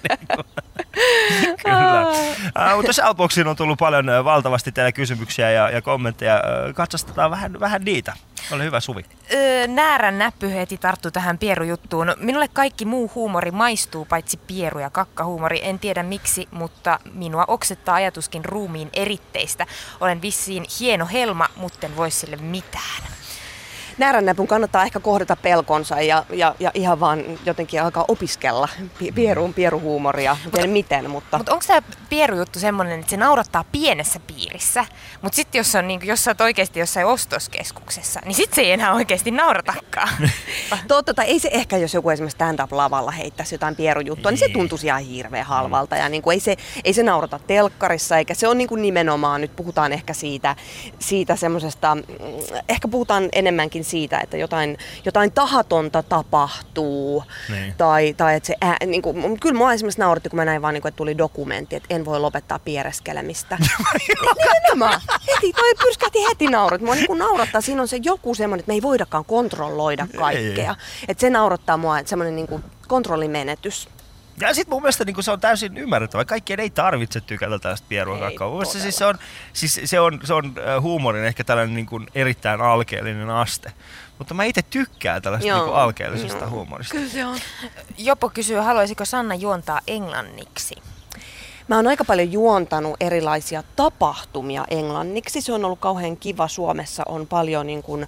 Speaker 2: Kyllä. Mutta Shoutboxiin on tullut paljon valtavasti teille kysymyksiä ja kommentteja. Katsastetaan vähän niitä. Ole hyvä, Suvi.
Speaker 4: Näärän näppy heti tarttuu tähän pierujuttuun. Minulle kaikki muu huumori maistuu, paitsi pieru ja kakkahuumori. En tiedä miksi, mutta minua oksettaa ajatuskin ruumiin eritteistä. Olen vissiin hieno helma, mutten voi sille mitään.
Speaker 5: Näärännäpyn kannattaa ehkä kohdata pelkonsa ja ihan vaan jotenkin alkaa opiskella pieruhuumoria. Miten, mutta
Speaker 4: onko tämä pierujuttu semmoinen, että se naurattaa pienessä piirissä, mutta sitten jos sä oot oikeasti jossain ostoskeskuksessa, niin sitten se ei enää oikeasti nauratakaan.
Speaker 5: Ei se ehkä, jos joku esimerkiksi stand-up-lavalla heittäisi jotain pierujuttua, niin se tuntuisi ihan hirveän halvalta. Ja ei se naurata telkkarissa, eikä se on nimenomaan, nyt puhutaan ehkä siitä semmoisesta, ehkä puhutaan enemmänkin siitä, että jotain tahatonta tapahtuu. Niin. Tai että se kyllä mua esimerkiksi nauratti, kun mä näin vaan, että tuli dokumentti, että en voi lopettaa piereskelemistä. Nimenomaan. Heti, toi pyrskähti heti naurut. Mua naurattaa, siinä on se joku semmoinen, että me ei voidakaan kontrolloida kaikkea. Että se naurattaa mua, että semmoinen kontrollimenetys.
Speaker 2: Ja sitten mun mielestä se on täysin ymmärrettävä. Kaikkien ei tarvitse tykätä tästä pieruakakkaa. Mun mielestä se on huumorin ehkä tällainen erittäin alkeellinen aste. Mutta mä itse tykkään tällaista alkeellisesta huumorista.
Speaker 5: Kyllä se on.
Speaker 4: Jopo kysyy, haluaisiko Sanna juontaa englanniksi?
Speaker 5: Mä oon aika paljon juontanut erilaisia tapahtumia englanniksi. Se on ollut kauhean kiva. Suomessa on paljon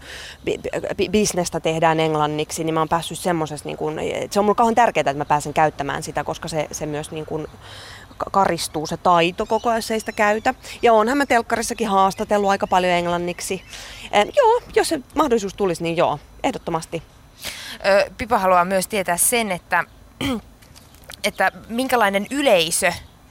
Speaker 5: bisnestä tehdään englanniksi, niin mä oon päässyt semmosessa, se on mulle kauhean tärkeää, että mä pääsen käyttämään sitä, koska se myös karistuu se taito koko ajan, jos ei sitä käytä. Ja oonhan mä telkkarissakin haastatellut aika paljon englanniksi. Jos se mahdollisuus tulisi, niin ehdottomasti.
Speaker 4: Pipa haluaa myös tietää sen, että minkälainen yleisö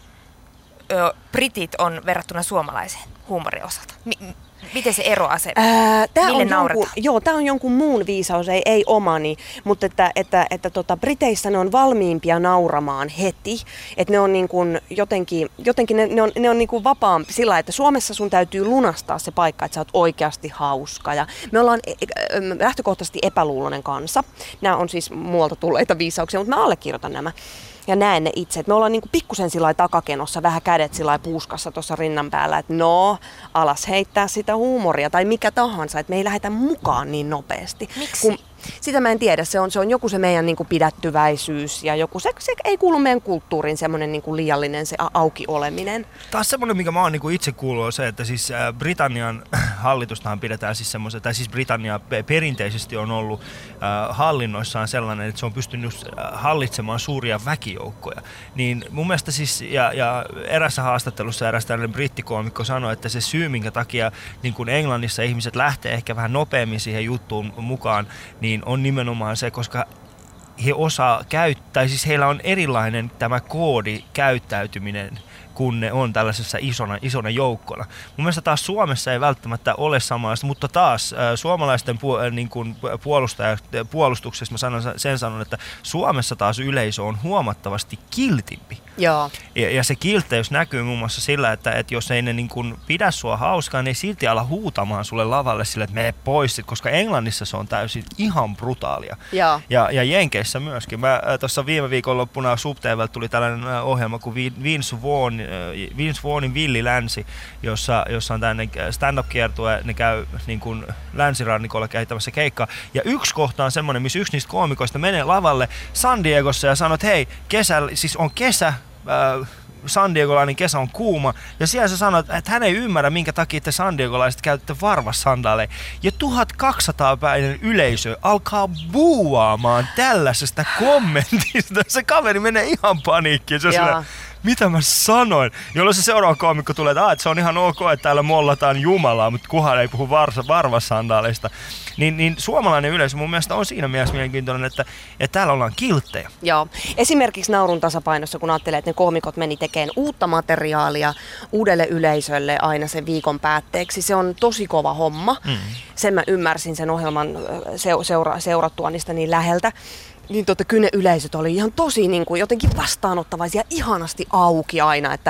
Speaker 4: britit on verrattuna suomalaiseen huumorin osalta. Miten se eroaa se? Mille naurataan?
Speaker 5: Tämä on jonkun muun viisaus, ei omani, mutta että Briteissä ne on valmiimpia nauramaan heti. Että ne on jotenkin ne on vapaampi sillä, että Suomessa sun täytyy lunastaa se paikka, että sä oot oikeasti hauska. Ja me ollaan lähtökohtaisesti epäluuloinen kansa. Nämä on siis muualta tulleita viisauksia, mutta mä allekirjoitan nämä. Ja näen ne itse, että me ollaan pikkusen sillä takakenossa, vähän kädet sillä puuskassa tuossa rinnan päällä, että alas heittää sitä huumoria tai mikä tahansa, että me ei lähdetä mukaan niin nopeasti.
Speaker 4: Miksi?
Speaker 5: Sitä mä en tiedä, se on joku se meidän pidättyväisyys ja joku se ei kuulu meidän kulttuuriin, semmoinen liiallinen se auki oleminen.
Speaker 2: Taas semmoinen, mikä mä oon itse kuullut, on se, että siis Britannian hallitustahan pidetään siis semmoisen, tai siis Britannia perinteisesti on ollut hallinnoissaan sellainen, että se on pystynyt hallitsemaan suuria väkijoukkoja. Niin mun mielestä siis, ja erässä haastattelussa eräs tällainen brittikoomikko sanoi, että se syy, minkä takia Englannissa ihmiset lähtee ehkä vähän nopeammin siihen juttuun mukaan, niin on nimenomaan se, koska he osaa käyttää, siis heillä on erilainen tämä koodi käyttäytyminen, kun ne on tällaisessa isona joukkona. Mun mielestä taas Suomessa ei välttämättä ole samanlaista, mutta taas suomalaisten puolustuksessa mä sanon, että Suomessa taas yleisö on huomattavasti kiltimpi
Speaker 5: Joo.
Speaker 2: Ja se kiltteys näkyy muun muassa sillä, että jos ei ne niin kuin pidä sua hauskaa, niin ei silti ala huutamaan sulle lavalle sille, että mene pois, koska Englannissa se on täysin ihan brutaalia.
Speaker 5: Joo.
Speaker 2: Ja Jenkeissä myöskin. Mä tuossa viime viikonloppuna SubTV:ltä tuli tällainen ohjelma kuin Vince Vaughnin Villi Länsi, jossa on tällainen stand-up-kiertue, ne käy niin kuin länsirannikolla kehittämässä keikkaa. Ja yksi kohta on semmoinen, missä yksi niistä koomikoista menee lavalle San Diegossa ja sanoo, että hei, siis on kesä, San Diegolainen kesä on kuuma, ja siellä se sanoo, että hän ei ymmärrä, minkä takia te San Diegolaiset käytätte varvassandaaleja. Ja 1200-päinen yleisö alkaa buuaamaan tällaisesta kommentista. Se kaveri menee ihan paniikkiin. Se on sillä, mitä mä sanoin? Jolloin se seuraava koomikko tulee, että se on ihan ok, että täällä mollataan Jumalaa, mutta kukaan ei puhu varvassandaaleista. Niin suomalainen yleisö mun mielestä on siinä mielessä mielenkiintoinen, että täällä ollaan kilttejä.
Speaker 5: Joo. Esimerkiksi Naurun tasapainossa, kun ajattelee, että ne koomikot meni tekemään uutta materiaalia uudelle yleisölle aina sen viikon päätteeksi. Se on tosi kova homma. Sen mä ymmärsin sen ohjelman seurattua niistä niin läheltä. Niin kyllä ne yleisöt oli ihan tosi niin kuin jotenkin vastaanottavaisia, ihanasti auki aina, että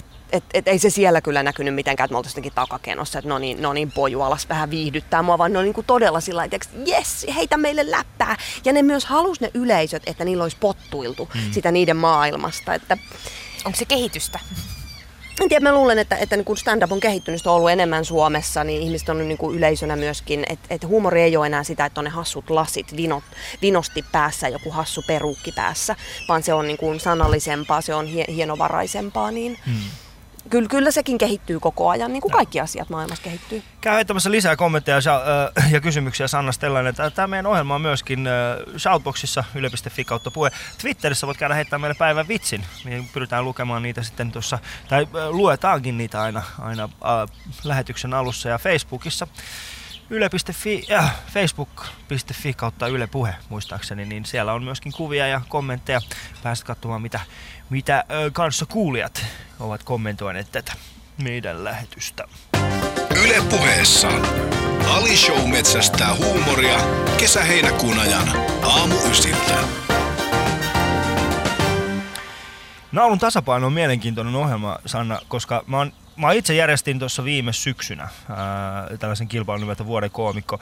Speaker 5: ei se siellä kyllä näkynyt mitenkään, että me oltaisiin jotenkin takakenossa, että no niin poju alas vähän viihdyttää mua, vaan ne on niin kuin todella sillä lailla, että jes, heitä meille läppää. Ja ne myös halusi ne yleisöt, että niillä olisi pottuiltu sitä niiden maailmasta. Että
Speaker 4: onko se kehitystä?
Speaker 5: En tiedä, mä luulen, että niin kun stand-up on kehittynyt, on ollut enemmän Suomessa, niin ihmiset on niin kuin yleisönä myöskin, että huumori ei ole enää sitä, että on ne hassut lasit, vinosti päässä, joku hassu peruukki päässä, vaan se on niin kuin sanallisempaa, se on hienovaraisempaa, niin kyllä sekin kehittyy koko ajan, niin kuin kaikki asiat maailmassa kehittyy.
Speaker 2: Käy heittämässä lisää kommentteja ja kysymyksiä Sanna Stellainen. Tämä meidän ohjelma on myöskin Shoutboxissa yle.fi/puhe. Twitterissä voit käydä heittämään meille päivän vitsin. Me pyritään lukemaan niitä sitten tuossa, tai luetaankin niitä aina lähetyksen alussa, ja Facebookissa yle.fi ja facebook.fi/Yle Puhe muistaakseni, niin siellä on myöskin kuvia ja kommentteja. Pääset katsomaan, mitä kanssa kuulijat ovat kommentoineet tätä meidän lähetystä.
Speaker 3: Yle Puheessa Ali Show metsästää huumoria kesä-heinäkuun ajan aamu-9.
Speaker 2: Naurun tasapaino on mielenkiintoinen ohjelma, Sanna, koska mä itse järjestin tuossa viime syksynä tällaisen kilpailun nimeltä Vuoden koomikko,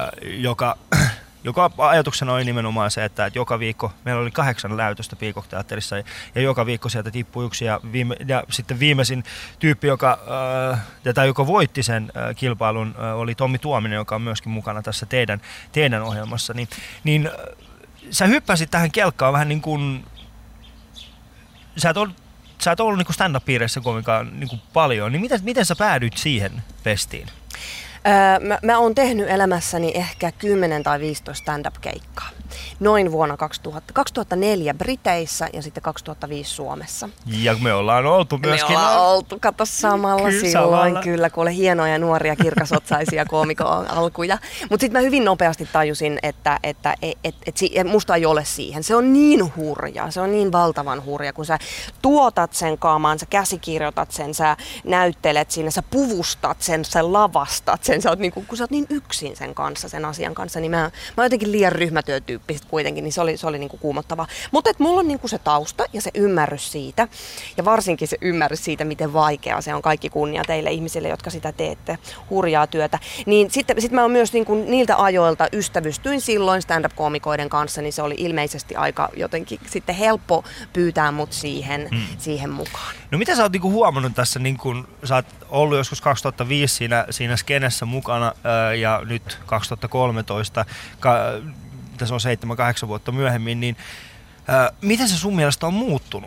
Speaker 2: joka ajatuksena oli nimenomaan se, että joka viikko meillä oli 8 läytöstä Peacock-teatterissa ja joka viikko sieltä tippui yksi ja sitten viimeisin tyyppi, joka voitti sen kilpailun, oli Tommi Tuominen, joka on myöskin mukana tässä teidän ohjelmassa. Niin sä hyppäsit tähän kelkkaan vähän niin kuin, sä et ollut niin kuin stand-up-piireissä kovinkaan niin kuin paljon, niin miten sä päädyit siihen pestiin?
Speaker 5: Mä oon tehnyt elämässäni ehkä 10 tai 15 stand-up-keikkaa. Noin vuonna 2004 Briteissä ja sitten 2005 Suomessa.
Speaker 2: Ja me ollaan oltu myöskin.
Speaker 5: Me ollaan oltu, kato samalla silloin kyllä, kuule hienoja nuoria kirkasotsaisia koomikon alkuja. Mutta sitten mä hyvin nopeasti tajusin, että musta ei ole siihen. Se on niin hurja, se on niin valtavan hurja, kun sä tuotat sen kaamaan, sä käsikirjoitat sen, sä näyttelet siinä, sä puvustat sen, sä lavastat sen. Sä oot niinku, kun sä oot niin yksin sen kanssa, sen asian kanssa, niin mä oon jotenkin liian ryhmätyötyyppi kuitenkin, niin se oli niinku kuumottavaa. Mutta mulla on niinku se tausta ja se ymmärrys siitä, ja varsinkin se ymmärrys siitä, miten vaikeaa se on, kaikki kunnia teille ihmisille, jotka sitä teette, hurjaa työtä. Niin sitten mä oon myös niinku niiltä ajoilta ystävystyin silloin stand-up-koomikoiden kanssa, niin se oli ilmeisesti aika jotenkin sitten helppo pyytää mut siihen mukaan.
Speaker 2: No mitä sä oot niinku huomannut tässä, niinku, sä oot ollut joskus 2005 siinä skenessä mukana ja nyt 2013, tässä on 7-8 vuotta myöhemmin, niin miten se sun mielestä on muuttunut?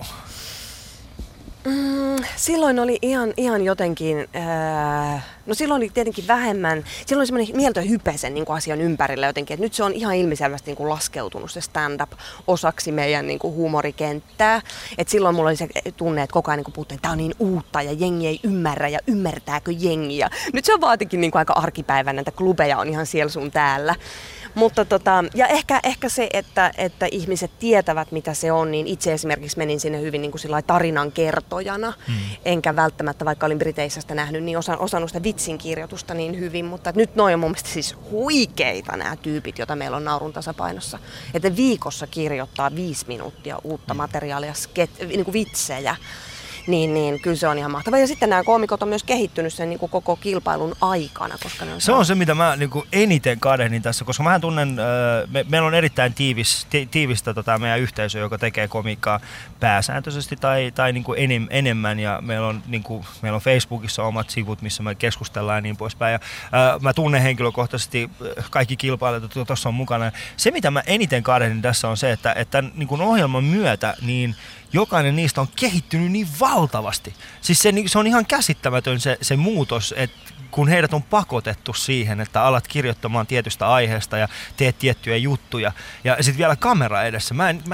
Speaker 5: Silloin oli ihan jotenkin, no silloin oli tietenkin vähemmän, silloin oli semmoinen mieltöhype sen niin kuin asian ympärillä jotenkin, että nyt se on ihan ilmiselvästi niin kuin laskeutunut se stand-up osaksi meidän niin kuin huumorikenttää. Et silloin mulla oli se tunne, että koko ajan niin puhuttiin, että tämä on niin uutta ja jengi ei ymmärrä ja ymmärtääkö jengiä. Nyt se on vaatikin niin kuin aika arkipäivänä, että klubeja on ihan siellä sun täällä. Mutta ja ehkä se, että ihmiset tietävät, mitä se on, niin itse esimerkiksi menin sinne hyvin niin kuin tarinan kertojana, enkä välttämättä, vaikka olin Briteissä sitä nähnyt, niin osannut sitä vitsin kirjoitusta niin hyvin, mutta nyt noi on mun mielestä siis huikeita nämä tyypit, joita meillä on Naurun tasapainossa. Että viikossa kirjoittaa 5 minuuttia uutta materiaalia, niin kuin vitsejä. Niin kyllä se on ihan mahtavaa. Ja sitten nämä koomikot on myös kehittynyt sen niin kuin koko kilpailun aikana. Koska ne
Speaker 2: se on se, mitä mä niin kuin eniten kadehdin tässä, koska mä tunnen, meillä on erittäin tiivistä meidän yhteisö, joka tekee komiikkaa pääsääntöisesti tai niin kuin enemmän. Ja meillä on Facebookissa omat sivut, missä me keskustellaan ja niin poispäin. Ja, mä tunnen henkilökohtaisesti kaikki kilpailijat, jotka tuossa on mukana. Se, mitä mä eniten kadehdin tässä on se, että niin kuin ohjelman myötä, niin jokainen niistä on kehittynyt niin valtavasti. Siis se on ihan käsittämätön se muutos, että kun heidät on pakotettu siihen, että alat kirjoittamaan tietystä aiheesta ja teet tiettyjä juttuja. Ja sitten vielä kamera edessä.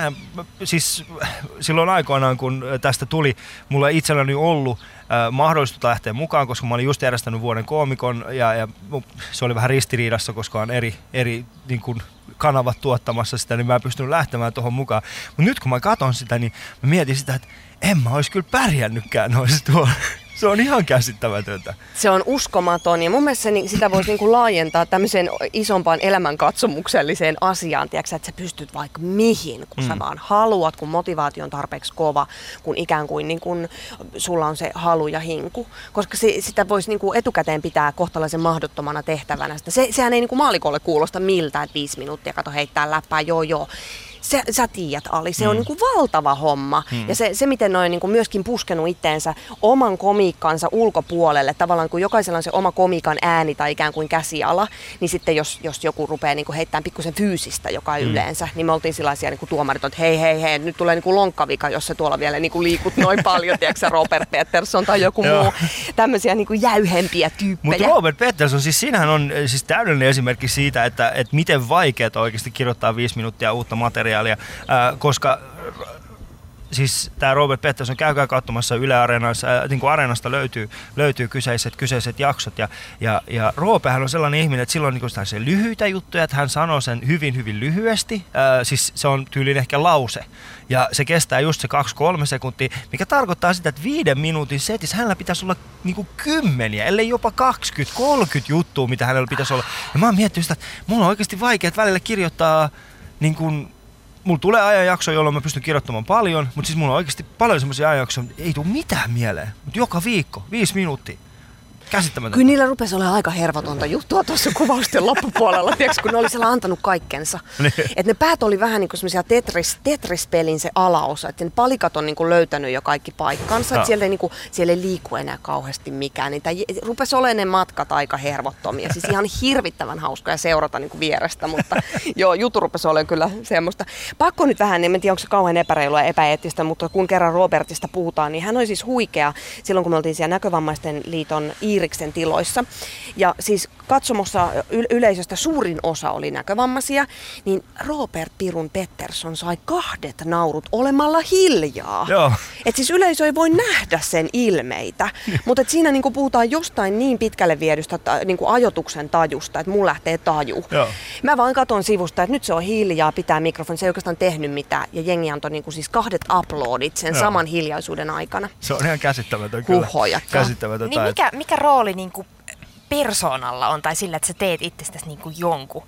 Speaker 2: Siis silloin aikoinaan, kun tästä tuli, mulla ei itselläni ollut mahdollisuutta lähteä mukaan, koska mä olin just järjestänyt vuoden koomikon ja se oli vähän ristiriidassa, koska on eri niin kuin kanavat tuottamassa sitä, niin mä en pystynyt lähtemään tuohon mukaan. Mutta nyt kun mä katson sitä, niin mä mietin sitä, että en mä olisi kyllä pärjännytkään noissa tuolla. Se on ihan käsittämätöntä.
Speaker 5: Se on uskomaton ja mun mielestä sitä voisi niinku laajentaa tämmöiseen isompaan elämänkatsomukselliseen asiaan, tiiäksä, että sä pystyt vaikka mihin, kun sä vaan haluat, kun motivaatio on tarpeeksi kova, kun ikään kuin, niin kun sulla on se halu ja hinku. Koska sitä voisi niinku etukäteen pitää kohtalaisen mahdottomana tehtävänä. Sehän ei niinku maalikolle kuulosta miltä, että 5 minuuttia, kato heittää läppää, joo. Sä tiedät, Ali, se on niinku valtava homma. Ja se miten ne on niinku myöskin puskenut itteensä oman komiikkansa ulkopuolelle, tavallaan kun jokaisella on se oma komiikan ääni tai ikään kuin käsiala, niin sitten jos joku rupeaa niinku heittämään pikkusen fyysistä, joka ei yleensä, niin me oltiin sellaisia niinku tuomarit, että hei, nyt tulee niinku lonkkavika, jos sä tuolla vielä niinku liikut noin paljon, tiedätkö Robert Pettersson tai joku muu, tämmöisiä niinku jäyhempiä tyyppejä.
Speaker 2: Mutta Robert Pettersson, siis siinähän on siis täydellinen esimerkki siitä, että miten vaikeaa oikeasti kirjoittaa 5 minuuttia uutta materiaalia. Koska siis tämä Robert Pettersson, käykää katsomassa Yle Areenassa, niin kuin Areenasta löytyy kyseiset jaksot. Ja Roopehän on sellainen ihminen, että silloin niin se lyhyitä juttuja, että hän sanoo sen hyvin lyhyesti. Siis se on tyylin ehkä lause. Ja se kestää just se 2-3 sekuntia, mikä tarkoittaa sitä, että 5 minuutin setissä hänellä pitäisi olla niin kuin 10, ellei jopa 20-30 juttua, mitä hänellä pitäisi olla. Ja mä oon miettinyt sitä, että mulla on oikeasti vaikea välillä kirjoittaa niin kuin mulla tulee ajanjakso, jolloin mä pystyn kirjoittamaan paljon, mutta siis mulla on oikeasti paljon semmoisia ajanjaksoja, että ei tule mitään mieleen. Mutta joka viikko, 5 minuuttia. Käsittämätöntä.
Speaker 5: Kyllä niillä rupesi olemaan aika hervotonta juttua tuossa kuvausten loppupuolella, tiiäks, kun ne oli siellä antanut kaikkensa. Että ne päät oli vähän niin kuin semmoisia Tetris-pelin se alaosa, että ne palikat on niin kuin löytänyt jo kaikki paikkansa, että siellä ei liiku enää kauheasti mikään. Niin rupesi olemaan ne matkat aika hervottomia, siis ihan hirvittävän hauskoja seurata niin kuin vierestä, mutta joo, juttu rupesi olemaan kyllä semmoista. Pakko nyt vähän, en tiedä onko se kauhean epäreilua ja epäeettistä, mutta kun kerran Robertista puhutaan, niin hän oli siis huikea silloin, kun me oltiin siellä Näkövammaisten liiton Iiriksen tiloissa. Ja siis katsomossa yleisöstä suurin osa oli näkövammaisia, niin Robert Pirun Pettersson sai 2 naurut olemalla hiljaa. Et siis yleisö ei voi nähdä sen ilmeitä, mutta siinä niinku puhutaan jostain niin pitkälle viedystä niinku ajotuksen tajusta, että mulla lähtee taju. Mä vaan katon sivusta, että nyt se on hiljaa, pitää mikrofoni, se ei oikeastaan tehnyt mitään. Ja jengi antoi niinku siis 2 uploadit sen saman hiljaisuuden aikana.
Speaker 2: Se on ihan käsittämätön kyllä. Käsittämätön
Speaker 4: niin mikä rooli niinku persoonalla on tai sillä, että sä teet itsestäsi niinku jonkun?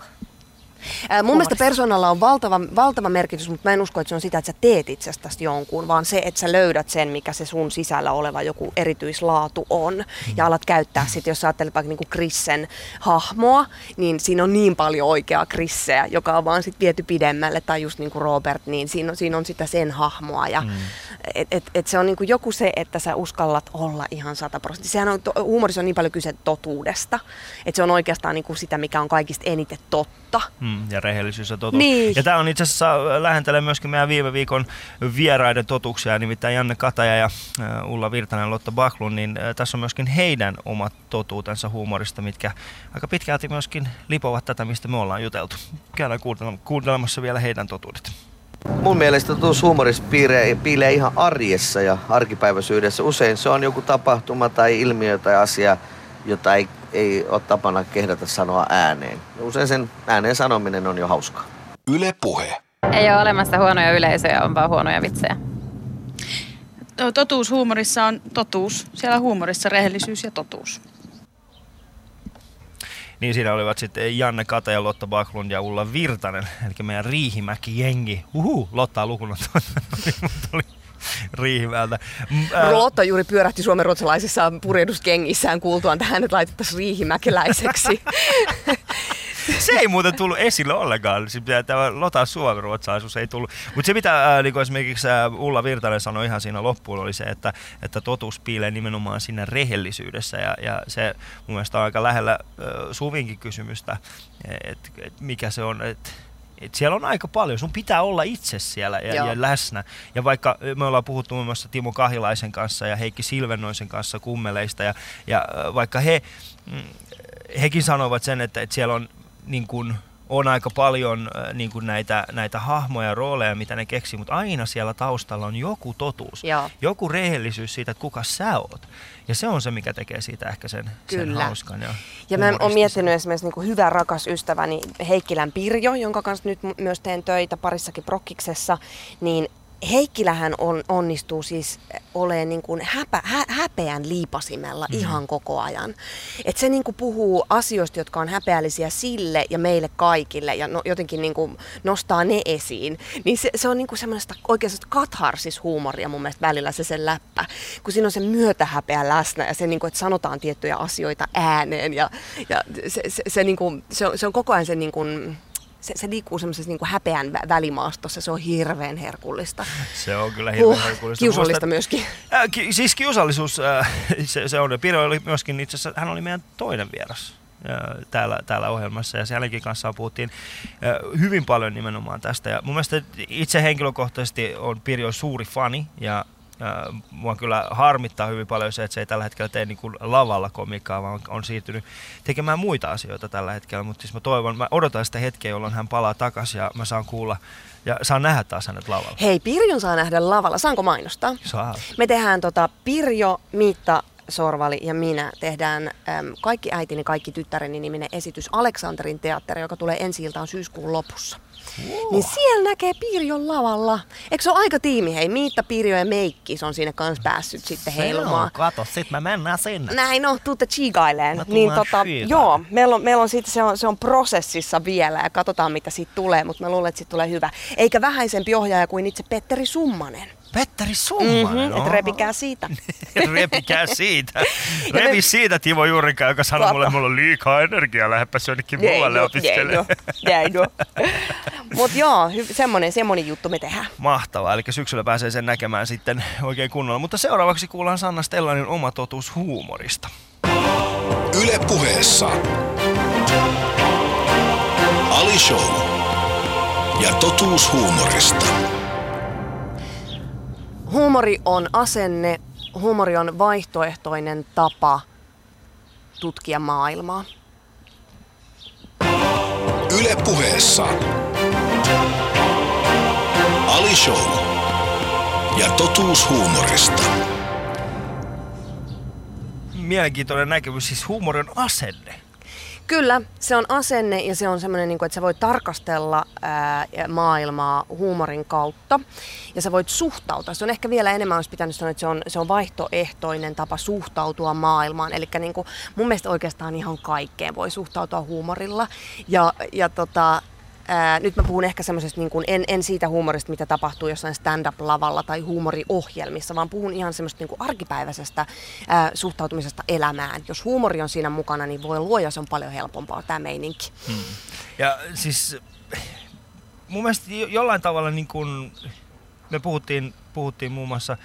Speaker 5: Mun mielestä persoonalla on valtava merkitys, mutta mä en usko, että se on sitä, että sä teet itsestäsi jonkun, vaan se, että sä löydät sen, mikä se sun sisällä oleva joku erityislaatu on. Ja alat käyttää sitten, jos sä ajattelet vaikka niinku Krissen hahmoa, niin siinä on niin paljon oikeaa Krisseä, joka on vaan sit viety pidemmälle, tai just niin kuin Robert, niin siinä on sitä sen hahmoa. Ja et se on niinku joku se, että sä uskallat olla ihan 100%. Sehän on, huumorissa on niin paljon kyse totuudesta, että se on oikeastaan niinku sitä, mikä on kaikista eniten totta.
Speaker 2: Ja rehellisyys ja totuus. Niin. Ja tämä on itse asiassa lähentelee myöskin meidän viime viikon vieraiden totuuksia, nimittäin Janne Kataja ja Ulla Virtanen ja Lotta Backlund, niin tässä on myöskin heidän omat totuutensa huumorista, mitkä aika pitkälti myöskin lipovat tätä, mistä me ollaan juteltu. Käydään kuuntelemassa vielä heidän totuudet.
Speaker 9: Mun mielestä totuushuumorissa piilee ihan arjessa ja arkipäiväisyydessä. Usein se on joku tapahtuma tai ilmiö tai asia, jota ei ole tapana kehdata sanoa ääneen. Usein sen ääneen sanominen on jo hauskaa.
Speaker 3: Yle Puhe.
Speaker 10: Ei ole olemassa huonoja yleisöjä, on vaan huonoja vitsejä.
Speaker 11: Totuus huumorissa on totuus. Siellä huumorissa rehellisyys ja totuus.
Speaker 2: Niin siinä olivat sitten Janne Kata ja Lotta Backlund ja Ulla Virtanen, eli meidän Riihimäki-jengi. Lottaa lukunut oli Riihimäeltä.
Speaker 5: Lotta juuri pyörähti suomenruotsalaisissa purjehduskengissään kuultuaan, että hänet laitettaisiin riihimäkeläiseksi.
Speaker 2: Se ei muuten tullut esille ollenkaan. Tämä Lotan suomenruotsalaisuus ei tullut. Mutta se mitä niin esimerkiksi Ulla Virtanen sanoi ihan siinä loppuun oli se, että totuus piilee nimenomaan siinä rehellisyydessä. Ja se mun mielestä on aika lähellä Suvinkin kysymystä, että mikä se on. Et siellä on aika paljon. Sun pitää olla itse siellä ja läsnä. Ja vaikka me ollaan puhuttu muun muassa Timo Kahilaisen kanssa ja Heikki Silvennoisen kanssa kummeleista ja vaikka hekin sanovat sen, että siellä on niin kuin on aika paljon niin kuin näitä hahmoja ja rooleja, mitä ne keksii, mutta aina siellä taustalla on joku totuus, joku rehellisyys siitä, että kuka sä oot. Ja se on se, mikä tekee siitä ehkä sen hauskan ja
Speaker 5: mä oon miettinyt esimerkiksi niin kuin hyvä rakas ystäväni Heikkilän Pirjo, jonka kanssa nyt myös teen töitä parissakin prokkiksessa, niin Heikkilähän onnistuu siis olemaan niin kuin häpeän liipasimella ihan koko ajan. Et se niin kuin puhuu asioista, jotka on häpeällisiä sille ja meille kaikille ja jotenkin niin kuin nostaa ne esiin. Niin se on niin kuin semmoista oikeastaan katharsis-huumoria mun mielestä välillä se sen läppä. Kun siinä on se myötähäpeä läsnä ja se, niin kuin, että sanotaan tiettyjä asioita ääneen ja se on koko ajan se niin kuin se liikkuu semmoisessa niin kuin häpeän välimaastossa, se on hirveän herkullista.
Speaker 2: Se on kyllä hirveän herkullista.
Speaker 5: Kiusallista myöskin.
Speaker 2: Siis kiusallisuus, se on. Pirjo oli myöskin, itse asiassa hän oli meidän toinen vieras täällä ohjelmassa ja sielläkin kanssa puhuttiin hyvin paljon nimenomaan tästä. Ja mun mielestä itse henkilökohtaisesti on Pirjo suuri fani ja mua kyllä harmittaa hyvin paljon se, että se ei tällä hetkellä tee niin kuin lavalla komikkaa, vaan on siirtynyt tekemään muita asioita tällä hetkellä. Mutta siis mä odotan sitä hetkeä, jolloin hän palaa takaisin ja mä saan kuulla ja saan nähdä taas hänet lavalla.
Speaker 5: Hei, Pirjon saa nähdä lavalla. Saanko mainostaa?
Speaker 2: Saa.
Speaker 5: Me tehdään Pirjo, Miitta Sorvali ja minä tehdään Kaikki äitini, kaikki tyttäreni -niminen esitys Aleksanterin teatteri, joka tulee ensi-iltaan syyskuun lopussa. Wow. Niin siellä näkee Pirjon lavalla. Eikö se ole aika tiimi? Hei, Miitta, Pirjo ja Meikki on siinä kanssa päässyt sitten heilumaan.
Speaker 2: Kato, sit me mennään sinne.
Speaker 5: Näin, no, tuutte chiigaileen. Niin joo, meillä on siitä, se on prosessissa vielä ja katsotaan mitä siitä tulee, mutta mä luulen, että siitä tulee hyvä. Eikä vähäisempi ohjaaja kuin itse Petteri Summanen.
Speaker 2: Petteri Summanen?
Speaker 5: Että repikää siitä.
Speaker 2: Repikää siitä. Revi siitä Timo Juurikaa, joka sanoi mulle on liikaa energiaa, lähdepäs jonnekin muualle opiskelemaan.
Speaker 5: Näin. Mutta joo, semmonen juttu me tehdään.
Speaker 2: Mahtavaa, eli syksyllä pääsee sen näkemään sitten oikein kunnolla. Mutta seuraavaksi kuullaan Sanna Stellanin oma totuus huumorista.
Speaker 3: Yle Puheessa Ali Show ja totuus huumorista.
Speaker 5: Huumori on asenne, huumori on vaihtoehtoinen tapa tutkia maailmaa.
Speaker 3: Yle Puheessa Ali Show ja totuus huumorista.
Speaker 2: Mielenkiintoinen näkemys, siis huumori on asenne.
Speaker 5: Kyllä, se on asenne ja se on semmoinen, että sä voit tarkastella maailmaa huumorin kautta ja sä voit suhtautua. Se on ehkä vielä enemmän, olisi pitänyt sanoa, että se on vaihtoehtoinen tapa suhtautua maailmaan. Eli niin kuin mun mielestä oikeastaan ihan kaikkeen voi suhtautua huumorilla. Nyt mä puhun ehkä semmoisesta, niin kuin, en siitä huumorista, mitä tapahtuu jossain stand-up-lavalla tai huumoriohjelmissa, vaan puhun ihan semmoista niin kuin arkipäiväisestä suhtautumisesta elämään. Jos huumori on siinä mukana, niin voi luoja, se on paljon helpompaa tämä meininki.
Speaker 2: Ja siis mun mielestä jollain tavalla niin kuin me puhuttiin muun muassa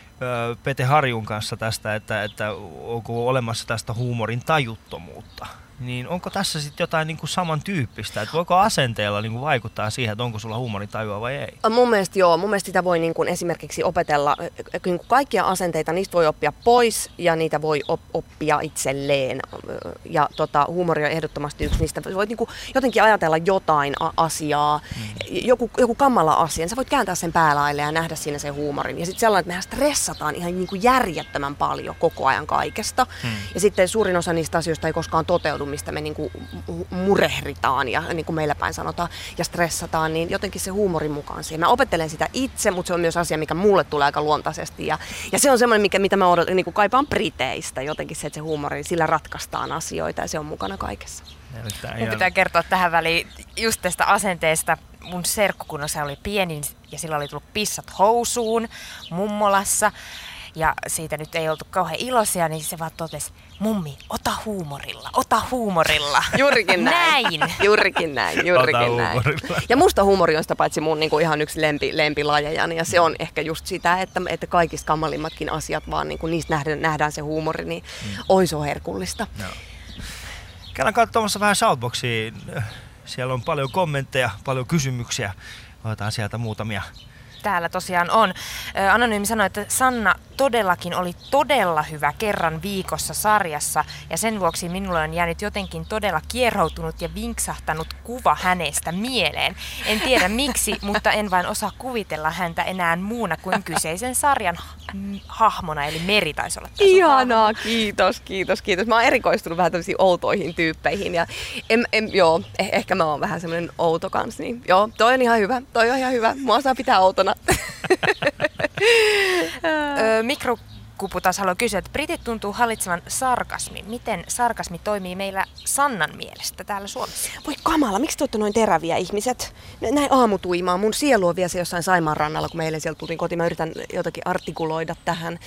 Speaker 2: Pete Harjun kanssa tästä, että onko olemassa tästä huumorin tajuttomuutta. niin onko tässä sitten jotain niin kuin samantyyppistä? Että voiko asenteella niin kuin vaikuttaa siihen, että onko sulla huumorintajua vai ei?
Speaker 5: Mun mielestä joo. Mun mielestä sitä voi niin kuin esimerkiksi opetella. Niin kuin kaikkia asenteita, niistä voi oppia pois ja niitä voi oppia itselleen. Ja huumori on ehdottomasti yksi niistä. Voit niin kuin jotenkin ajatella jotain asiaa, joku kamala asia. Sä voit kääntää sen päälaille ja nähdä siinä sen huumorin. Ja sitten sellainen, että mehän stressataan ihan niin kuin järjettömän paljon koko ajan kaikesta. Ja sitten suurin osa niistä asioista ei koskaan toteudu, mistä me niinku murehritaan ja niin kuin meillä päin sanotaan ja stressataan, niin jotenkin se huumorin mukaan siihen. Mä opettelen sitä itse, mutta se on myös asia, mikä mulle tulee aika luontaisesti ja se on semmoinen, mitä mä niin kaipaan Briteistä, jotenkin se, että se huumori, sillä ratkaistaan asioita ja se on mukana kaikessa.
Speaker 4: Mun pitää kertoa tähän väliin just tästä asenteesta. Mun serkku, kun se oli pieni ja sillä oli tullut pissat housuun mummolassa, ja siitä nyt ei oltu kauhean iloisia, niin se vaan totesi, mummi, ota huumorilla.
Speaker 5: Juurikin näin. Juurikin näin. Ja musta huumori on sitä paitsi mun niin kuin ihan yksi lempilajejani, ja se on ehkä just sitä, että kaikista kamalimmatkin asiat vaan niin kuin niistä nähdään se huumori, niin oi se on herkullista. No.
Speaker 2: Käydään katsomassa vähän Shoutboxia. Siellä on paljon kommentteja, paljon kysymyksiä. Otetaan sieltä muutamia.
Speaker 4: Täällä tosiaan on. Anonyymi sanoi, että Sanna todellakin oli todella hyvä kerran viikossa sarjassa ja sen vuoksi minulle on jäänyt jotenkin todella kieroutunut ja vinksahtanut kuva hänestä mieleen. En tiedä miksi, mutta en vain osaa kuvitella häntä enää muuna kuin kyseisen sarjan hahmona, eli Meri taisi olla.
Speaker 5: Ihanaa, kiitos. Mä oon erikoistunut vähän tämmöisiin outoihin tyyppeihin ja ehkä mä oon vähän semmoinen outo kans, niin joo, toi on ihan hyvä. Mua saa pitää outona.
Speaker 4: Mikrokupu taas haluaa kysyä, että britit tuntuu hallitsevan sarkasmi. Miten sarkasmi toimii meillä Sannan mielestä täällä Suomessa?
Speaker 5: Voi kamala, miksi te olette noin teräviä ihmiset? Näin aamutuimaa. Mun sielu on vielä se jossain Saimaan rannalla, kun me eilen sieltä tultiin kotiin. Mä yritän jotakin artikuloida tähän.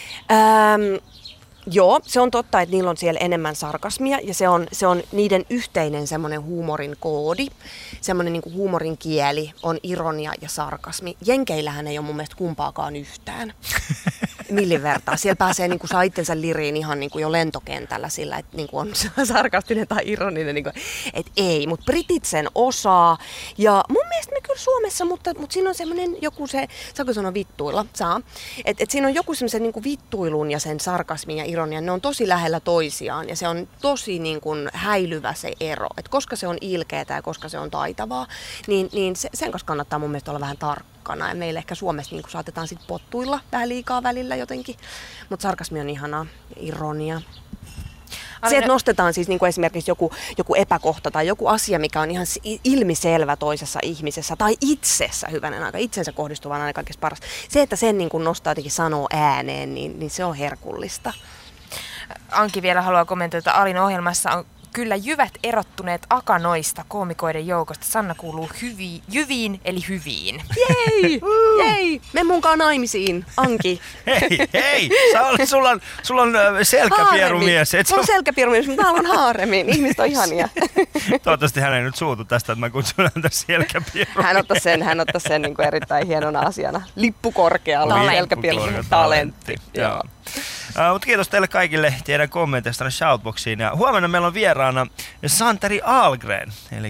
Speaker 5: Joo, se on totta, että niillä on siellä enemmän sarkasmia ja se on niiden yhteinen semmoinen huumorin koodi. Semmoinen niin kuin huumorin kieli on ironia ja sarkasmi. Jenkeillähän ei ole mun mielestä kumpaakaan yhtään. Millin vertaa. Siellä pääsee niin kuin saa itsensä liriin ihan niin kuin jo lentokentällä sillä, että niin kuin on sarkastinen tai ironinen. Niin kuin, että ei, mutta britit sen osaa. Ja mun mielestä me kyllä Suomessa, mutta siinä on semmoinen joku se, saako sanoa vittuilla? Saa. Että siinä on joku semmoisen niin kuin vittuilun ja sen sarkasmin ja ironian. Ne on tosi lähellä toisiaan ja se on tosi niin kuin häilyvä se ero. Että koska se on ilkeätä ja koska se on taitavaa, niin sen kanssa kannattaa mun mielestä olla vähän tarkkana. Ja meillä ehkä Suomessa niin kuin saatetaan sit pottuilla vähän liikaa välillä jotenkin. Mutta sarkasmi on ihanaa. Ironia. Se, että nostetaan siis niin kuin esimerkiksi joku epäkohta tai joku asia, mikä on ihan ilmiselvä toisessa ihmisessä tai itsessä, hyvänen aika, itsensä kohdistuvana aina kaikista paras. Se, että sen niin kuin nostaa jotenkin sanoo ääneen, niin se on herkullista.
Speaker 4: Anki vielä haluaa kommentoida, että Alin ohjelmassa on kyllä jyvät erottuneet akanoista koomikoiden joukosta. Sanna kuuluu jyviin, eli hyviin.
Speaker 5: Jei! Mene munkaan naimisiin, Anki.
Speaker 2: Hei! Sulla on selkäpierumies.
Speaker 5: Mulla on selkäpierumies, mutta mä haluan haaremiin. Ihmiset on ihania.
Speaker 2: Toivottavasti hän ei nyt suutu tästä, että mä kutsun häntä selkäpierumies.
Speaker 5: Hän ottaisi sen niin kuin erittäin hienona asiana. Lippu korkealla. Selkäpierumies. Talentti. Joo.
Speaker 2: Mutta kiitos teille kaikille teidän kommenteista Shoutboxiin. Ja huomenna meillä on vieraana Santeri Ahlgren, eli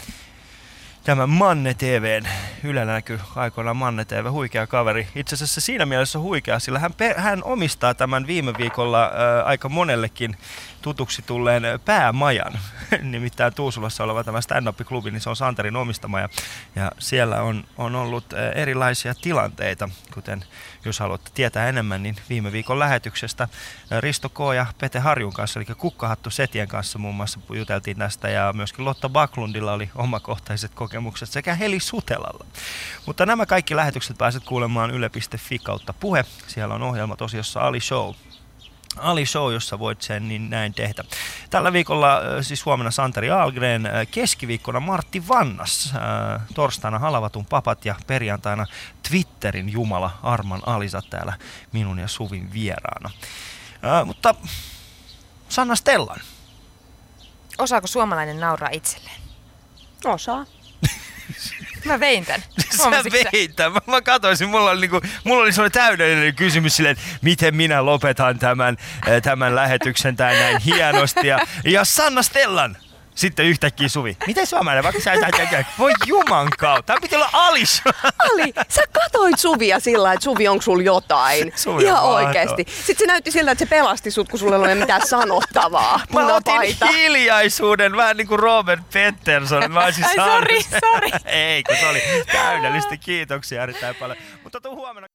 Speaker 2: tämä Manne TV:n, Ylellä näkyy aikoinaan Manne TV, huikea kaveri. Itse asiassa siinä mielessä huikea, sillä hän omistaa tämän viime viikolla aika monellekin tutuksi tulleen päämajan. Nimittäin Tuusulassa oleva tämä stand-up-klubi, niin se on Santerin omistama ja siellä on ollut erilaisia tilanteita, kuten jos haluatte tietää enemmän, niin viime viikon lähetyksestä Risto K. ja Pete Harjun kanssa, eli Kukkahattu Setien kanssa muun muassa juteltiin tästä ja myöskin Lotta Backlundilla oli omakohtaiset kokemukset sekä Heli Sutelalla. Mutta nämä kaikki lähetykset pääset kuulemaan yle.fi/puhe. Siellä on ohjelmat osiossa Ali Show. Ali Show, jossa voit sen niin näin tehdä. Tällä viikolla siis huomenna Santeri Ahlgren, keskiviikkona Martti Vannas, torstaina Halavatun papat ja perjantaina Twitterin jumala Arman Alisa täällä minun ja Suvin vieraana. Mutta Sanna Stellan.
Speaker 4: Osaako suomalainen nauraa itselleen?
Speaker 5: Osaa.
Speaker 4: Mä vein tän.
Speaker 2: Sä veit tän. Mä katsoisin, mulla oli sellainen täydellinen kysymys silleen, että miten minä lopetan tämän lähetyksen tää näin hienosti. Ja Sanna Stellan. Sitten yhtäkkiä Suvi. Miten sua mä vaikka sä voi juman kautta. Tää piti olla Ali Show.
Speaker 5: Ali, sä katoit Suvia sillä, että Suvi, onko sulla jotain?
Speaker 2: Suvi
Speaker 5: ihan
Speaker 2: on
Speaker 5: oikeesti. Sitten se näytti siltä, että se pelasti sut, kun sulla ei ole mitään sanottavaa.
Speaker 2: Mä otin hiljaisuuden, vähän niin kuin Robert Pattinson. Mä olisin
Speaker 4: sorry.
Speaker 2: Ei, kun se oli täydellistä. Kiitoksia erittäin paljon. Mutta tuu huomenna.